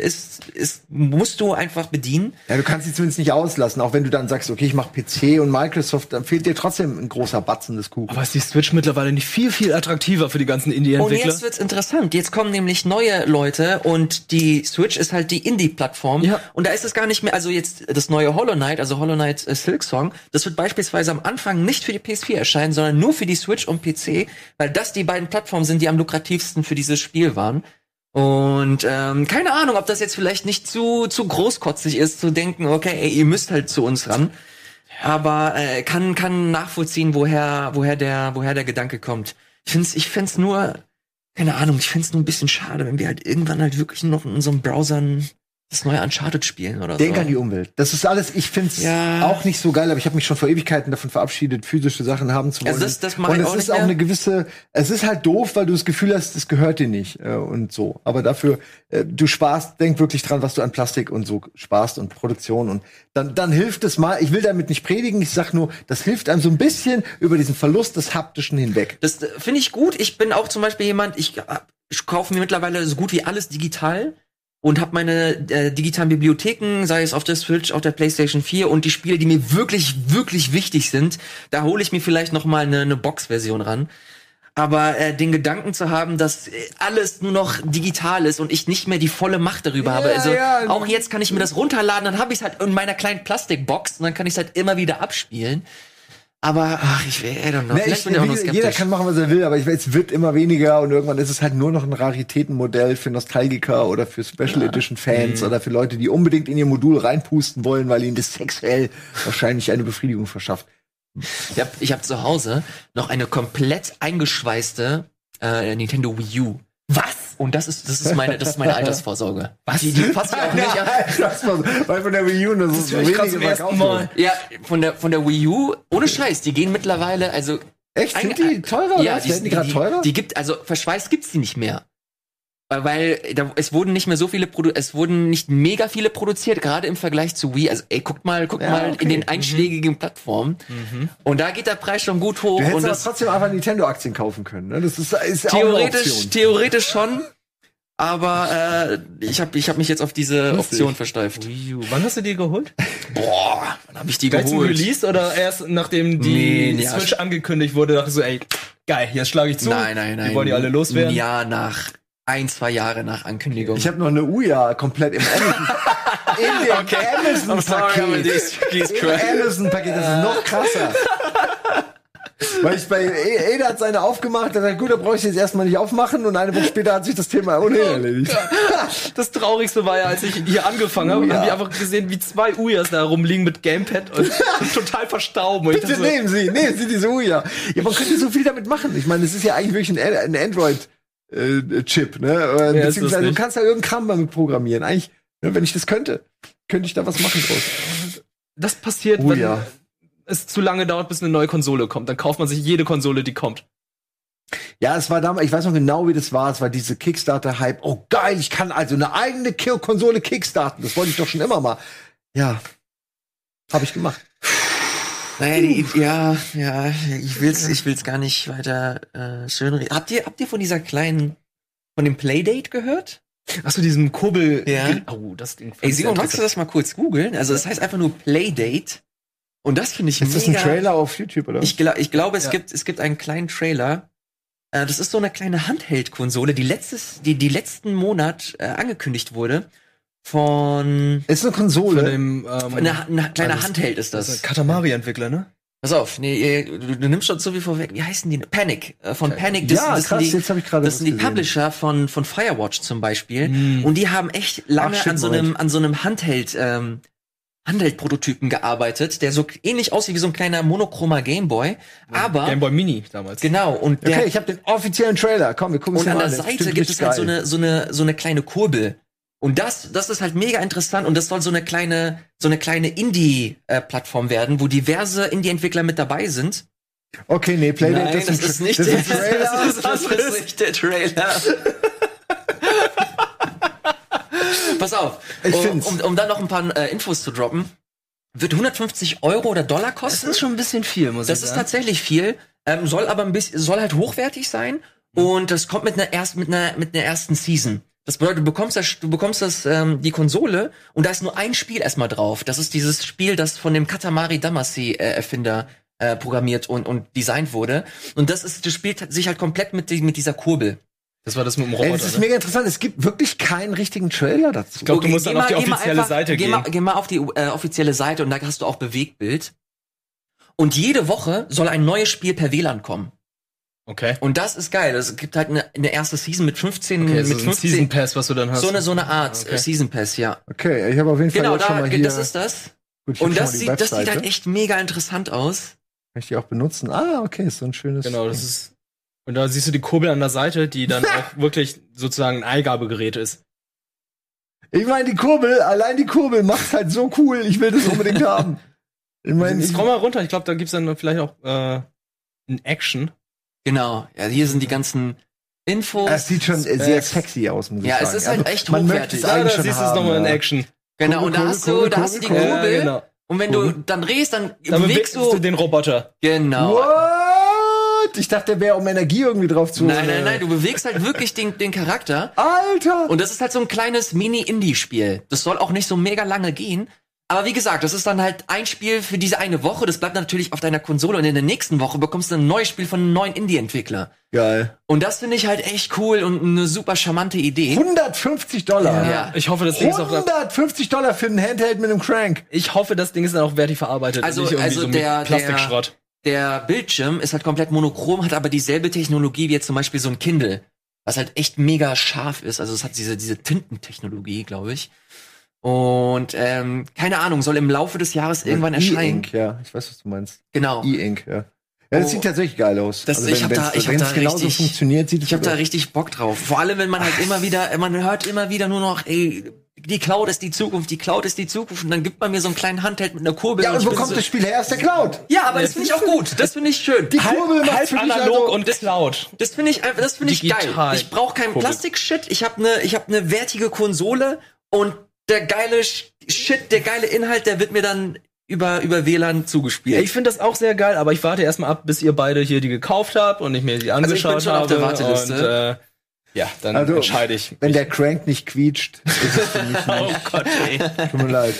musst du einfach bedienen. Ja, du kannst sie zumindest nicht auslassen, auch wenn du dann sagst, okay, ich mache PC und Microsoft, dann fehlt dir trotzdem ein großer Batzen des Kuchens. Aber ist die Switch mittlerweile nicht viel, viel attraktiver für die ganzen Indie-Entwickler? Und jetzt wird's interessant. Jetzt kommen nämlich neue Leute und die Switch ist halt die Indie-Plattform. Ja. Und da ist es gar nicht mehr, also jetzt das neue Hollow Knight, also Hollow Knight Silksong, das wird beispielsweise am Anfang nicht für die PS4 erscheinen, sondern nur für die Switch und PC, weil das die beiden Plattformen sind, die am lukrativsten für dieses Spiel waren. Und keine Ahnung, ob das jetzt vielleicht nicht zu großkotzig ist, zu denken, okay, ey, ihr müsst halt zu uns ran. Aber kann nachvollziehen, woher der Gedanke kommt. Ich find's nur, keine Ahnung, ich find's nur ein bisschen schade, wenn wir halt irgendwann halt wirklich nur noch in unseren Browsern das neue Uncharted spielen oder so. Denk an die Umwelt. Das ist alles, ich find's auch nicht so geil, aber ich habe mich schon vor Ewigkeiten davon verabschiedet, physische Sachen haben zu wollen. Also das mache ich auch nicht mehr. Und es ist auch eine gewisse, es ist halt doof, weil du das Gefühl hast, das gehört dir nicht und so. Aber dafür, du sparst, denk wirklich dran, was du an Plastik und so sparst und Produktion und dann hilft es mal. Ich will damit nicht predigen, ich sag nur, das hilft einem so ein bisschen über diesen Verlust des Haptischen hinweg. Das finde ich gut. Ich bin auch zum Beispiel jemand, ich kaufe mir mittlerweile so gut wie alles digital. Und habe meine digitalen Bibliotheken, sei es auf der Switch, auf der PlayStation 4 und die Spiele, die mir wirklich, wirklich wichtig sind, da hole ich mir vielleicht noch mal eine Box-Version ran. Aber den Gedanken zu haben, dass alles nur noch digital ist und ich nicht mehr die volle Macht darüber habe. Also auch jetzt kann ich mir das runterladen, dann habe ich es halt in meiner kleinen Plastikbox und dann kann ich es halt immer wieder abspielen. Aber, I don't know. Vielleicht bin ich auch noch skeptisch. Jeder kann machen, was er will, aber es wird immer weniger und irgendwann ist es halt nur noch ein Raritätenmodell für Nostalgiker oder für Special Edition Fans oder für Leute, die unbedingt in ihr Modul reinpusten wollen, weil ihnen das sexuell wahrscheinlich eine Befriedigung verschafft. Ich hab zu Hause noch eine komplett eingeschweißte Nintendo Wii U. Was? Und das ist meine Altersvorsorge. Was? Die fasse ich auch nicht an. Weil von der Wii U das ist wenige verkauft worden. Ja, von der Wii U, ohne Scheiß, die gehen mittlerweile, also echt? Sind die teurer? Ja, die gerade teurer? Die gibt, also verschweißt gibt's die nicht mehr. Weil es wurden nicht mehr so viele es wurden nicht mega viele produziert, gerade im Vergleich zu Wii. Also guckt mal in den einschlägigen Plattformen. Und da geht der Preis schon gut hoch. Du hättest und aber trotzdem einfach Nintendo-Aktien kaufen können. Ne? Das ist theoretisch schon. Aber ich hab mich jetzt auf diese Option versteift. Wann hast du die geholt? Boah, wann hab ich die geholt? Zum Release oder erst nachdem die Switch angekündigt wurde, dachte ich so, ey, geil, jetzt schlage ich zu. Nein. Die wollen die alle loswerden. Ja, nach 1-2 Jahre nach Ankündigung. Ich habe noch eine Uja komplett im Amazon-Paket. Amazon-Paket, das ist noch krasser. Weil ich bei Eda hat seine aufgemacht, dann sagt, gut, da brauche ich jetzt erstmal nicht aufmachen und eine Woche später hat sich das Thema ohnehin erledigt. Das Traurigste war ja, als ich hier angefangen habe, haben die einfach gesehen, wie 2 Ujas da rumliegen mit Gamepad und total verstauben. Und bitte nehmen Sie diese Uja. Ja, man könnte so viel damit machen. Ich meine, es ist ja eigentlich wirklich ein Android Chip, ne? Beziehungsweise du kannst da irgendeinen Kram damit programmieren. Eigentlich, ne, wenn ich das könnte ich da was machen draus. Das passiert, wenn es zu lange dauert, bis eine neue Konsole kommt. Dann kauft man sich jede Konsole, die kommt. Ja, es war damals, ich weiß noch genau, wie das war. Es war diese Kickstarter-Hype. Oh geil, ich kann also eine eigene Konsole kickstarten. Das wollte ich doch schon immer mal. Ja, habe ich gemacht. Naja, ich will's gar nicht weiter schönreden. Habt ihr von dem Playdate gehört? Ach so, diesem Kurbel. Ja. Oh, das Ding. Ey, Simon, magst du das mal kurz googeln? Also, das heißt einfach nur Playdate. Und das finde ich mega. Ist das ein Trailer auf YouTube, oder? Ich glaube, es gibt einen kleinen Trailer. Das ist so eine kleine Handheld-Konsole, die letzten Monat angekündigt wurde. Ist eine Konsole. Eine kleine Handheld ist das. Das ist ein Katamari-Entwickler, ne? Pass auf, du nimmst schon so viel vorweg. Wie heißen die? Panic. Von Panic. Das sind die Publisher von Firewatch zum Beispiel. Und die haben echt lange an so einem Handheld-Prototypen gearbeitet, der so ähnlich aussieht wie so ein kleiner monochromer Gameboy. Aber Gameboy Mini damals. Genau. Und okay, ich habe den offiziellen Trailer. Komm, wir gucken uns mal an. Und an der Seite gibt es halt so eine kleine Kurbel. Und das ist halt mega interessant und das soll so eine kleine Indie-Plattform werden, wo diverse Indie-Entwickler mit dabei sind. Okay, nee, Playdate, das ist nicht der Trailer. Das ist nicht der Trailer. Pass auf, um dann noch ein paar Infos zu droppen, wird 150 € oder Dollar kosten. Das ist schon ein bisschen viel, muss ich sagen. Das ist tatsächlich viel. Soll aber soll halt hochwertig sein und das kommt mit einer ersten Season. Das bedeutet, du bekommst die Konsole und da ist nur ein Spiel erstmal drauf. Das ist dieses Spiel, das von dem Katamari Damacy Erfinder programmiert und designt wurde. Und das spielt sich halt komplett mit dieser Kurbel. Das war das mit dem Roboter. Das ist mega interessant. Es gibt wirklich keinen richtigen Trailer dazu. Ich glaube, du musst dann auf die offizielle Seite gehen. Geh mal auf die offizielle Seite und da hast du auch Bewegtbild. Und jede Woche soll ein neues Spiel per WLAN kommen. Okay. Und das ist geil. Es gibt halt eine erste Season mit 15 mit 15 Season Pass, was du dann hast. So eine Art Season Pass, ja. Okay, ich habe auf jeden Fall jetzt schon mal hier. Das ist das. Gut, und das sieht halt echt mega interessant aus. Kann ich die auch benutzen? Ah, okay, ist so ein schönes. Genau, das ist. Und da siehst du die Kurbel an der Seite, die dann auch wirklich sozusagen ein Eingabegerät ist. Ich meine, allein die Kurbel macht's halt so cool. Ich will das unbedingt haben. Ich meine, scroll mal runter. Ich glaube, da gibt's dann vielleicht auch ein Action. Genau. Ja, hier sind die ganzen Infos. Es sieht schon sehr sexy aus, muss ich sagen. Ja, es ist halt echt hochwertig. Da siehst du es nochmal in Action. Genau, und da hast du die Kurbel. Ja, genau. Und wenn du dann drehst, dann bewegst du den Roboter. Genau. What? Ich dachte, der wäre um Energie irgendwie drauf zu. Nein, du bewegst halt wirklich den Charakter. Alter! Und das ist halt so ein kleines Mini-Indie-Spiel. Das soll auch nicht so mega lange gehen. Aber wie gesagt, das ist dann halt ein Spiel für diese eine Woche. Das bleibt natürlich auf deiner Konsole. Und in der nächsten Woche bekommst du ein neues Spiel von einem neuen Indie-Entwickler. Geil. Und das finde ich halt echt cool und eine super charmante Idee. $150. Ja. Ich hoffe, das Ding ist auch $150 für einen Handheld mit einem Crank. Ich hoffe, das Ding ist dann auch wertig verarbeitet. Also, und nicht irgendwie also so mit Plastikschrott. Der Bildschirm ist halt komplett monochrom, hat aber dieselbe Technologie wie jetzt zum Beispiel so ein Kindle. Was halt echt mega scharf ist. Also es hat diese Tintentechnologie, glaube ich. Und keine Ahnung, soll im Laufe des Jahres irgendwann erscheinen. E-Ink, ja, ich weiß, was du meinst. Genau. E-Ink, ja. Ja, das sieht tatsächlich geil aus. Wenn es genauso funktioniert, sieht es Ich habe da richtig Bock drauf. Vor allem, wenn man halt man hört immer wieder nur noch, ey, die Cloud ist die Zukunft, die Cloud ist die Zukunft. Und dann gibt man mir so einen kleinen Handheld mit einer Kurbel. Ja, und wo kommt das Spiel her? Aus der Cloud. Ja, aber das finde ich auch gut. Das finde ich schön. Die Kurbel macht halb analog und Cloud. Das finde ich geil. Ich brauche keinen Plastik-Shit. Ich habe eine wertige Konsole und der geile Shit, der geile Inhalt, der wird mir dann über WLAN zugespielt. Ja, ich finde das auch sehr geil, aber ich warte erstmal ab, bis ihr beide hier die gekauft habt und ich mir die angeschaut ich bin schon habe. Auf der Warteliste. Und, ja, dann entscheide ich. Wenn der Crank nicht quietscht, ist es für mich nicht. Oh Gott, ey. Tut mir leid.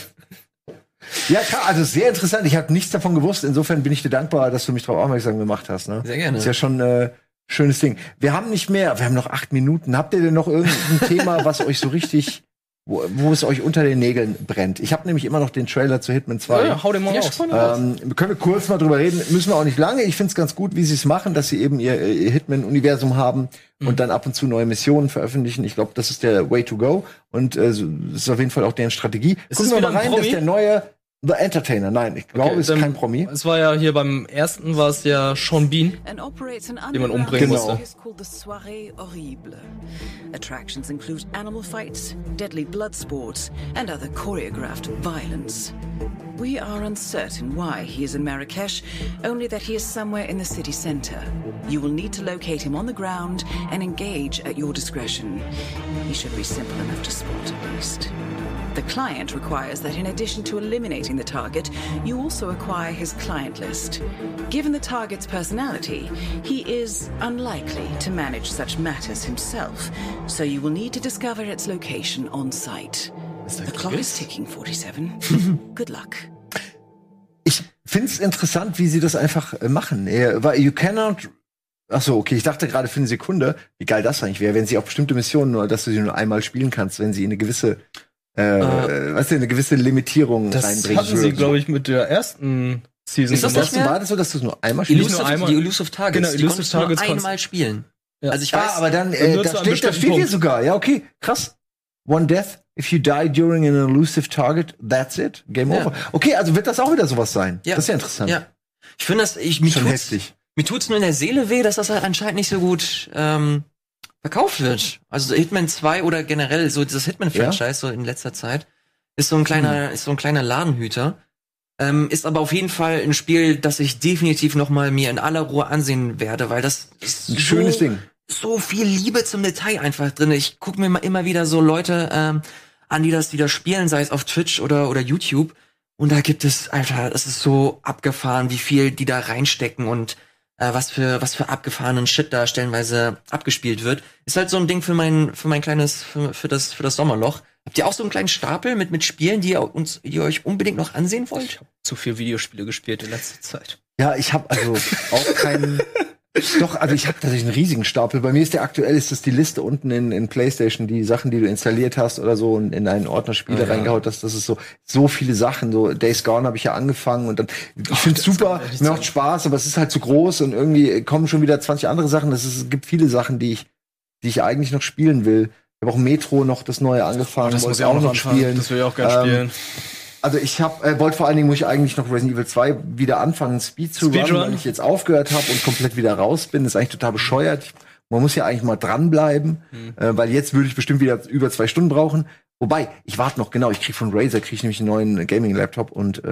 Ja, klar, also sehr interessant. Ich habe nichts davon gewusst. Insofern bin ich dir dankbar, dass du mich darauf aufmerksam gemacht hast. Ne? Sehr gerne. Ist ja schon schönes Ding. Wir haben noch 8 Minuten. Habt ihr denn noch irgendein Thema, was euch so richtig wo es euch unter den Nägeln brennt? Ich habe nämlich immer noch den Trailer zu Hitman 2. Ja, hau den mal raus. Können wir kurz mal drüber reden? Müssen wir auch nicht lange. Ich find's ganz gut, wie sie es machen, dass sie eben ihr Hitman-Universum haben und dann ab und zu neue Missionen veröffentlichen. Ich glaube, das ist der Way to go. Und das ist auf jeden Fall auch deren Strategie. Gucken wir mal rein, dass der neue The Entertainer. Nein, ich glaube, es ist kein Promi. Es war ja hier beim ersten war es ja Sean Bean, den man umbringen musste. Attractions include animal fights, deadly blood sports, and other choreographed violence. We are uncertain why he is in Marrakesh, only that he is somewhere in the city center. You will need to locate him on the ground and engage at your discretion. He should be simple enough to spot at least. The client requires that in addition to eliminating the target, you also acquire his client list. Given the target's personality, he is unlikely to manage such matters himself, so you will need to discover its location on site. The clock is ticking, 47. Good luck. Ich find's interessant, wie sie das einfach machen. Weil you cannot. Ach so, okay, ich dachte gerade für eine Sekunde, wie geil das eigentlich wäre, wenn sie auf bestimmte Missionen nur, dass du sie nur einmal spielen kannst, wenn sie eine gewisse eine gewisse Limitierung reinbringen. Das hatten sie, glaube ich, mit der ersten Season. Ist das nicht mehr? War das so, dass du es nur einmal spielst? Die Elusive Targets. Genau, Elusive Targets nur einmal spielen. Ja. Also ich weiß. aber dann da steht hier sogar. Ja, okay, krass. One death. If you die during an elusive target, that's it. Game over. Okay, also wird das auch wieder sowas sein. Ja. Das ist ja interessant. Ja. Ich finde das, mir tut's nur in der Seele weh, dass das halt anscheinend nicht so gut verkauft wird. Also Hitman 2 oder generell so dieses Hitman-Franchise so in letzter Zeit ist so ein kleiner Ladenhüter. Ist aber auf jeden Fall ein Spiel, das ich definitiv noch mal mir in aller Ruhe ansehen werde, weil das ist ein schönes Ding. So viel Liebe zum Detail einfach drin. Ich gucke mir immer wieder so Leute an, die das spielen, sei es auf Twitch oder YouTube. Und da gibt es einfach, es ist so abgefahren, wie viel die da reinstecken und was für abgefahrenen Shit da stellenweise abgespielt wird. Ist halt so ein Ding für mein kleines, für das Sommerloch. Habt ihr auch so einen kleinen Stapel mit Spielen, die ihr euch unbedingt noch ansehen wollt? Ich habe zu viel Videospiele gespielt in letzter Zeit. Ja, ich habe also auch keinen. Doch, also ich habe tatsächlich einen riesigen Stapel. Bei mir ist ist das die Liste unten in PlayStation, die Sachen, die du installiert hast oder so und in einen Ordner Spiele reingehaut hast. Das ist so viele Sachen. So Days Gone habe ich ja angefangen und dann, ich finde es super, mir macht Spaß, aber es ist halt zu groß und irgendwie kommen schon wieder 20 andere Sachen. Es gibt viele Sachen, die ich eigentlich noch spielen will. Ich habe auch Metro noch das neue angefangen, das muss ich auch noch spielen. Das will ich auch gerne spielen. Also ich wollte vor allen Dingen, muss ich eigentlich noch Resident Evil 2 wieder anfangen, Speed zu run, weil ich jetzt aufgehört habe und komplett wieder raus bin. Das ist eigentlich total bescheuert. Man muss ja eigentlich mal dranbleiben, weil jetzt würde ich bestimmt wieder über 2 Stunden brauchen. Wobei, ich warte noch, genau, ich krieg von Razer nämlich einen neuen Gaming-Laptop und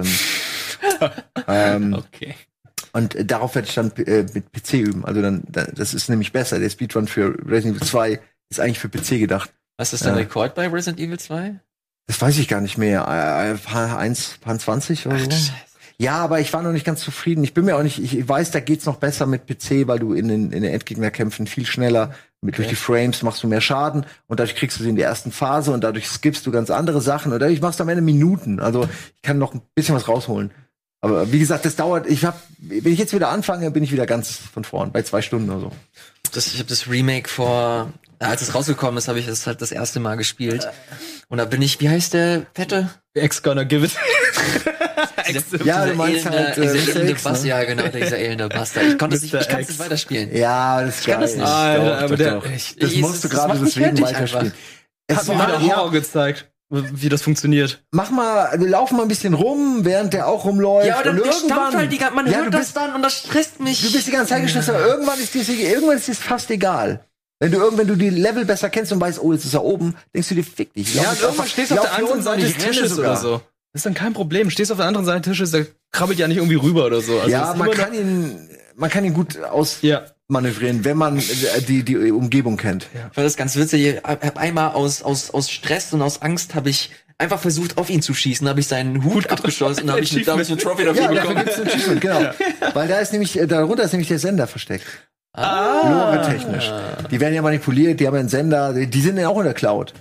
okay. Und darauf werde ich dann mit PC üben. Also das ist nämlich besser. Der Speedrun für Resident Evil 2 ist eigentlich für PC gedacht. Was ist dein Rekord bei Resident Evil 2? Das weiß ich gar nicht mehr. Paar 20 oder so. Ja, aber ich war noch nicht ganz zufrieden. Ich weiß, da geht's noch besser mit PC, weil du in den Endgegnerkämpfen viel schneller durch die Frames machst du mehr Schaden und dadurch kriegst du sie in der ersten Phase und dadurch skippst du ganz andere Sachen und dadurch machst du am Ende Minuten. Also ich kann noch ein bisschen was rausholen. Aber wie gesagt, das dauert. Wenn ich jetzt wieder anfange, bin ich wieder ganz von vorn bei 2 Stunden oder so. Ich habe das Remake als es rausgekommen ist, habe ich es halt das erste Mal gespielt. Und da bin ich, wie heißt der Fette? X gonna give it. Ja, du meinst halt dieser elende Bastard. Ja, genau, dieser elende Bastard. Ich kann es nicht weiterspielen. Ja, das ist geil. Ich kann das nicht. Aber das musst du gerade deswegen weiterspielen. Es hat mir wieder Horror gezeigt, wie das funktioniert. Lauf mal ein bisschen rum, während der auch rumläuft. Ja, aber der stampft halt man hört das dann und das stresst mich. Du bist die ganze Zeit gestresst, aber irgendwann ist dir fast egal. Wenn du die Level besser kennst und weißt, oh, jetzt ist er oben, denkst du dir, fick dich. Ja, und irgendwann stehst du auf der anderen Seite des Tisches oder so. Das ist dann kein Problem. Stehst auf der anderen Seite des Tisches, der krabbelt ja nicht irgendwie rüber oder so. Also ja, man kann ihn gut manövrieren, wenn man die Umgebung kennt. Ja. Ich fand das ganz witzig. Ich hab einmal aus Stress und aus Angst habe ich einfach versucht, auf ihn zu schießen, habe ich seinen Hut abgeschossen und habe ich eine Trophy dafür bekommen. Dafür gibt's ein Achievement, genau. Ja. Weil darunter ist nämlich der Sender versteckt. Lore-technisch. Die werden ja manipuliert, die haben einen Sender, die sind ja auch in der Cloud.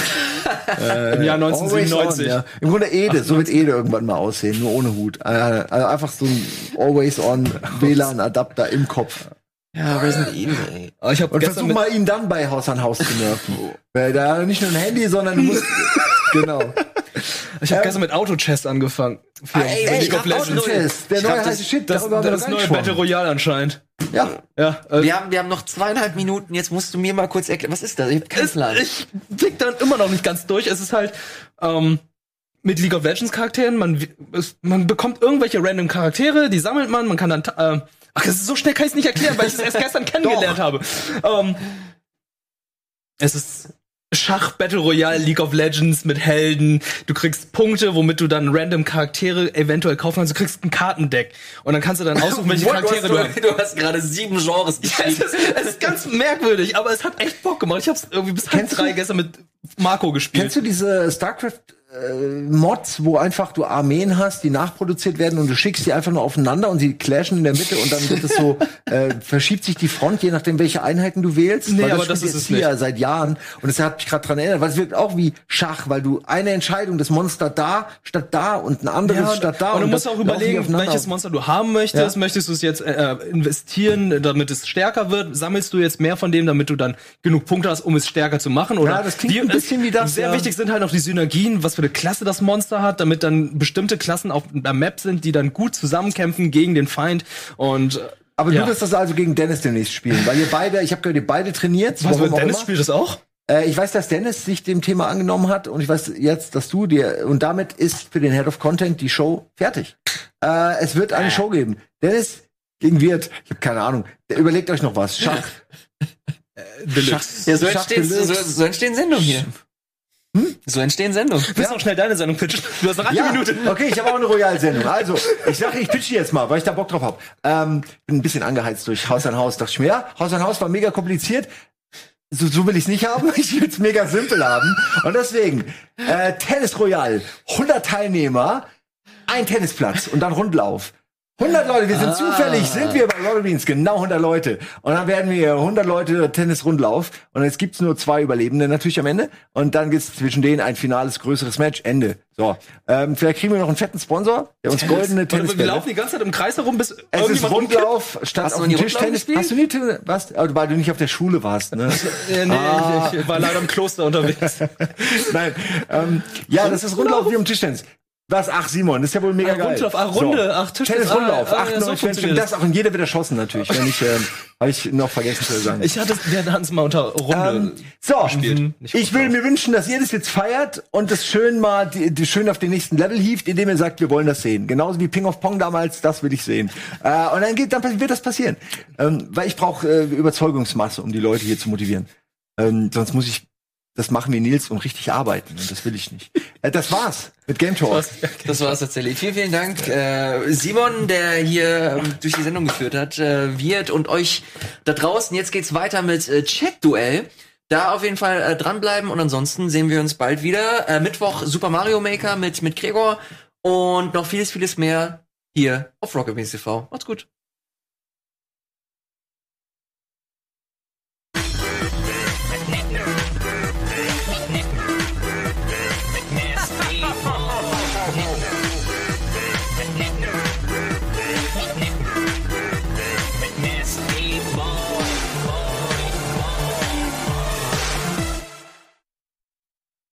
Im Jahr 1997. Ja. Im Grunde so wird Ede irgendwann mal aussehen, nur ohne Hut. Also einfach so ein Always-on WLAN-Adapter im Kopf. Ja, Resident Evil, ey. Und versuch mal, ihn dann bei Haus an Haus zu nerven. Weil da nicht nur ein Handy, sondern du musst... Genau. Ich habe gestern mit Auto-Chess angefangen. League of Legends. Der neue heiße Shit. Das neue Battle Royale anscheinend. Ja. Wir haben noch 2,5 Minuten. Jetzt musst du mir mal kurz erklären, was ist das? Ich hab keinen Plan. Ich blick dann immer noch nicht ganz durch. Es ist halt mit League of Legends Charakteren. Man bekommt irgendwelche random Charaktere, die sammelt man. Man kann dann so schnell kann ich es nicht erklären, weil ich es erst gestern kennengelernt habe. Es ist Schach, Battle Royale, League of Legends mit Helden. Du kriegst Punkte, womit du dann random Charaktere eventuell kaufen kannst. Du kriegst ein Kartendeck. Und dann kannst du dann aussuchen, welche Charaktere du hast gerade 7 Genres gespielt. Es ist ganz merkwürdig, aber es hat echt Bock gemacht. Ich hab's irgendwie bis 3 gestern mit Marco gespielt. Kennst du diese StarCraft Mods, wo einfach du Armeen hast, die nachproduziert werden und du schickst die einfach nur aufeinander und sie clashen in der Mitte und dann wird es so, verschiebt sich die Front, je nachdem, welche Einheiten du wählst. Nee, aber das ist es nicht. Ja seit Jahren. Und das hat mich gerade dran erinnert, weil es wirkt auch wie Schach, weil du eine Entscheidung, das Monster da statt da und ein anderes statt da. Und du musst auch überlegen, welches Monster du haben möchtest. Ja. Möchtest du es jetzt investieren, damit es stärker wird? Sammelst du jetzt mehr von dem, damit du dann genug Punkte hast, um es stärker zu machen? Oder ja, das klingt ein bisschen wie das. Sehr wichtig sind halt noch die Synergien, was für eine Klasse das Monster hat, damit dann bestimmte Klassen auf der Map sind, die dann gut zusammenkämpfen gegen den Feind. Aber du wirst das also gegen Dennis demnächst spielen, weil ich habe gehört, ihr beide trainiert. Was, Dennis spielt das auch? Ich weiß, dass Dennis sich dem Thema angenommen hat und ich weiß jetzt, dass du dir, und damit ist für den Head of Content die Show fertig. Es wird eine Show geben. Dennis gegen Wirt, ich habe keine Ahnung. Überlegt euch noch was. Schach. Ja, so entstehen Sendungen hier. So entstehen Sendungen. Du willst auch schnell deine Sendung pitchen. Du hast noch 8 Minuten. Okay, ich habe auch eine Royal-Sendung. Also, ich pitche jetzt mal, weil ich da Bock drauf habe. Bin ein bisschen angeheizt durch Haus an Haus. Dachte ich mir, ja, Haus an Haus war mega kompliziert. So will ich es nicht haben. Ich will es mega simpel haben. Und deswegen, Tennis Royal, 100 Teilnehmer, ein Tennisplatz und dann Rundlauf. 100 Leute, wir sind sind wir bei Rocket Beans, genau 100 Leute. Und dann werden wir 100 Leute Tennis-Rundlauf. Und jetzt gibt's nur 2 Überlebende natürlich am Ende. Und dann gibt's zwischen denen ein finales, größeres Match. Ende. So. Vielleicht kriegen wir noch einen fetten Sponsor, der uns goldene Tennisbälle. Wir laufen die ganze Zeit im Kreis herum, bis es ist Rundlauf, statt auf dem Tischtennis. Hast du nie was? Weil du nicht auf der Schule warst, ne? Nee, ich war leider im Kloster unterwegs. Nein. Ja, das ist Rundlauf wie im Tischtennis. Was? Ach, Simon, das ist ja wohl mega geil. Rundlauf, Runde, Tischtennis. Tennis-Rundlauf, 98 das auch. Und jeder wird erschossen natürlich, wenn ich, habe ich noch vergessen zu sagen. Wir hatten es mal unter Runde gespielt. Ich würde mir wünschen, dass ihr das jetzt feiert und das schön mal, schön auf den nächsten Level hieft, indem ihr sagt, wir wollen das sehen. Genauso wie Ping of Pong damals, das will ich sehen. Und dann wird das passieren. Weil ich brauche Überzeugungsmasse, um die Leute hier zu motivieren. Sonst muss ich das machen wie Nils und richtig arbeiten. Und das will ich nicht. Das war's mit Game Talk. Das war's tatsächlich. Vielen Dank. Simon, der hier durch die Sendung geführt hat, wird und euch da draußen. Jetzt geht's weiter mit Chat-Duell. Da auf jeden Fall dranbleiben. Und ansonsten sehen wir uns bald wieder. Mittwoch Super Mario Maker mit Gregor. Und noch vieles mehr hier auf Rocket Beans TV. Macht's gut.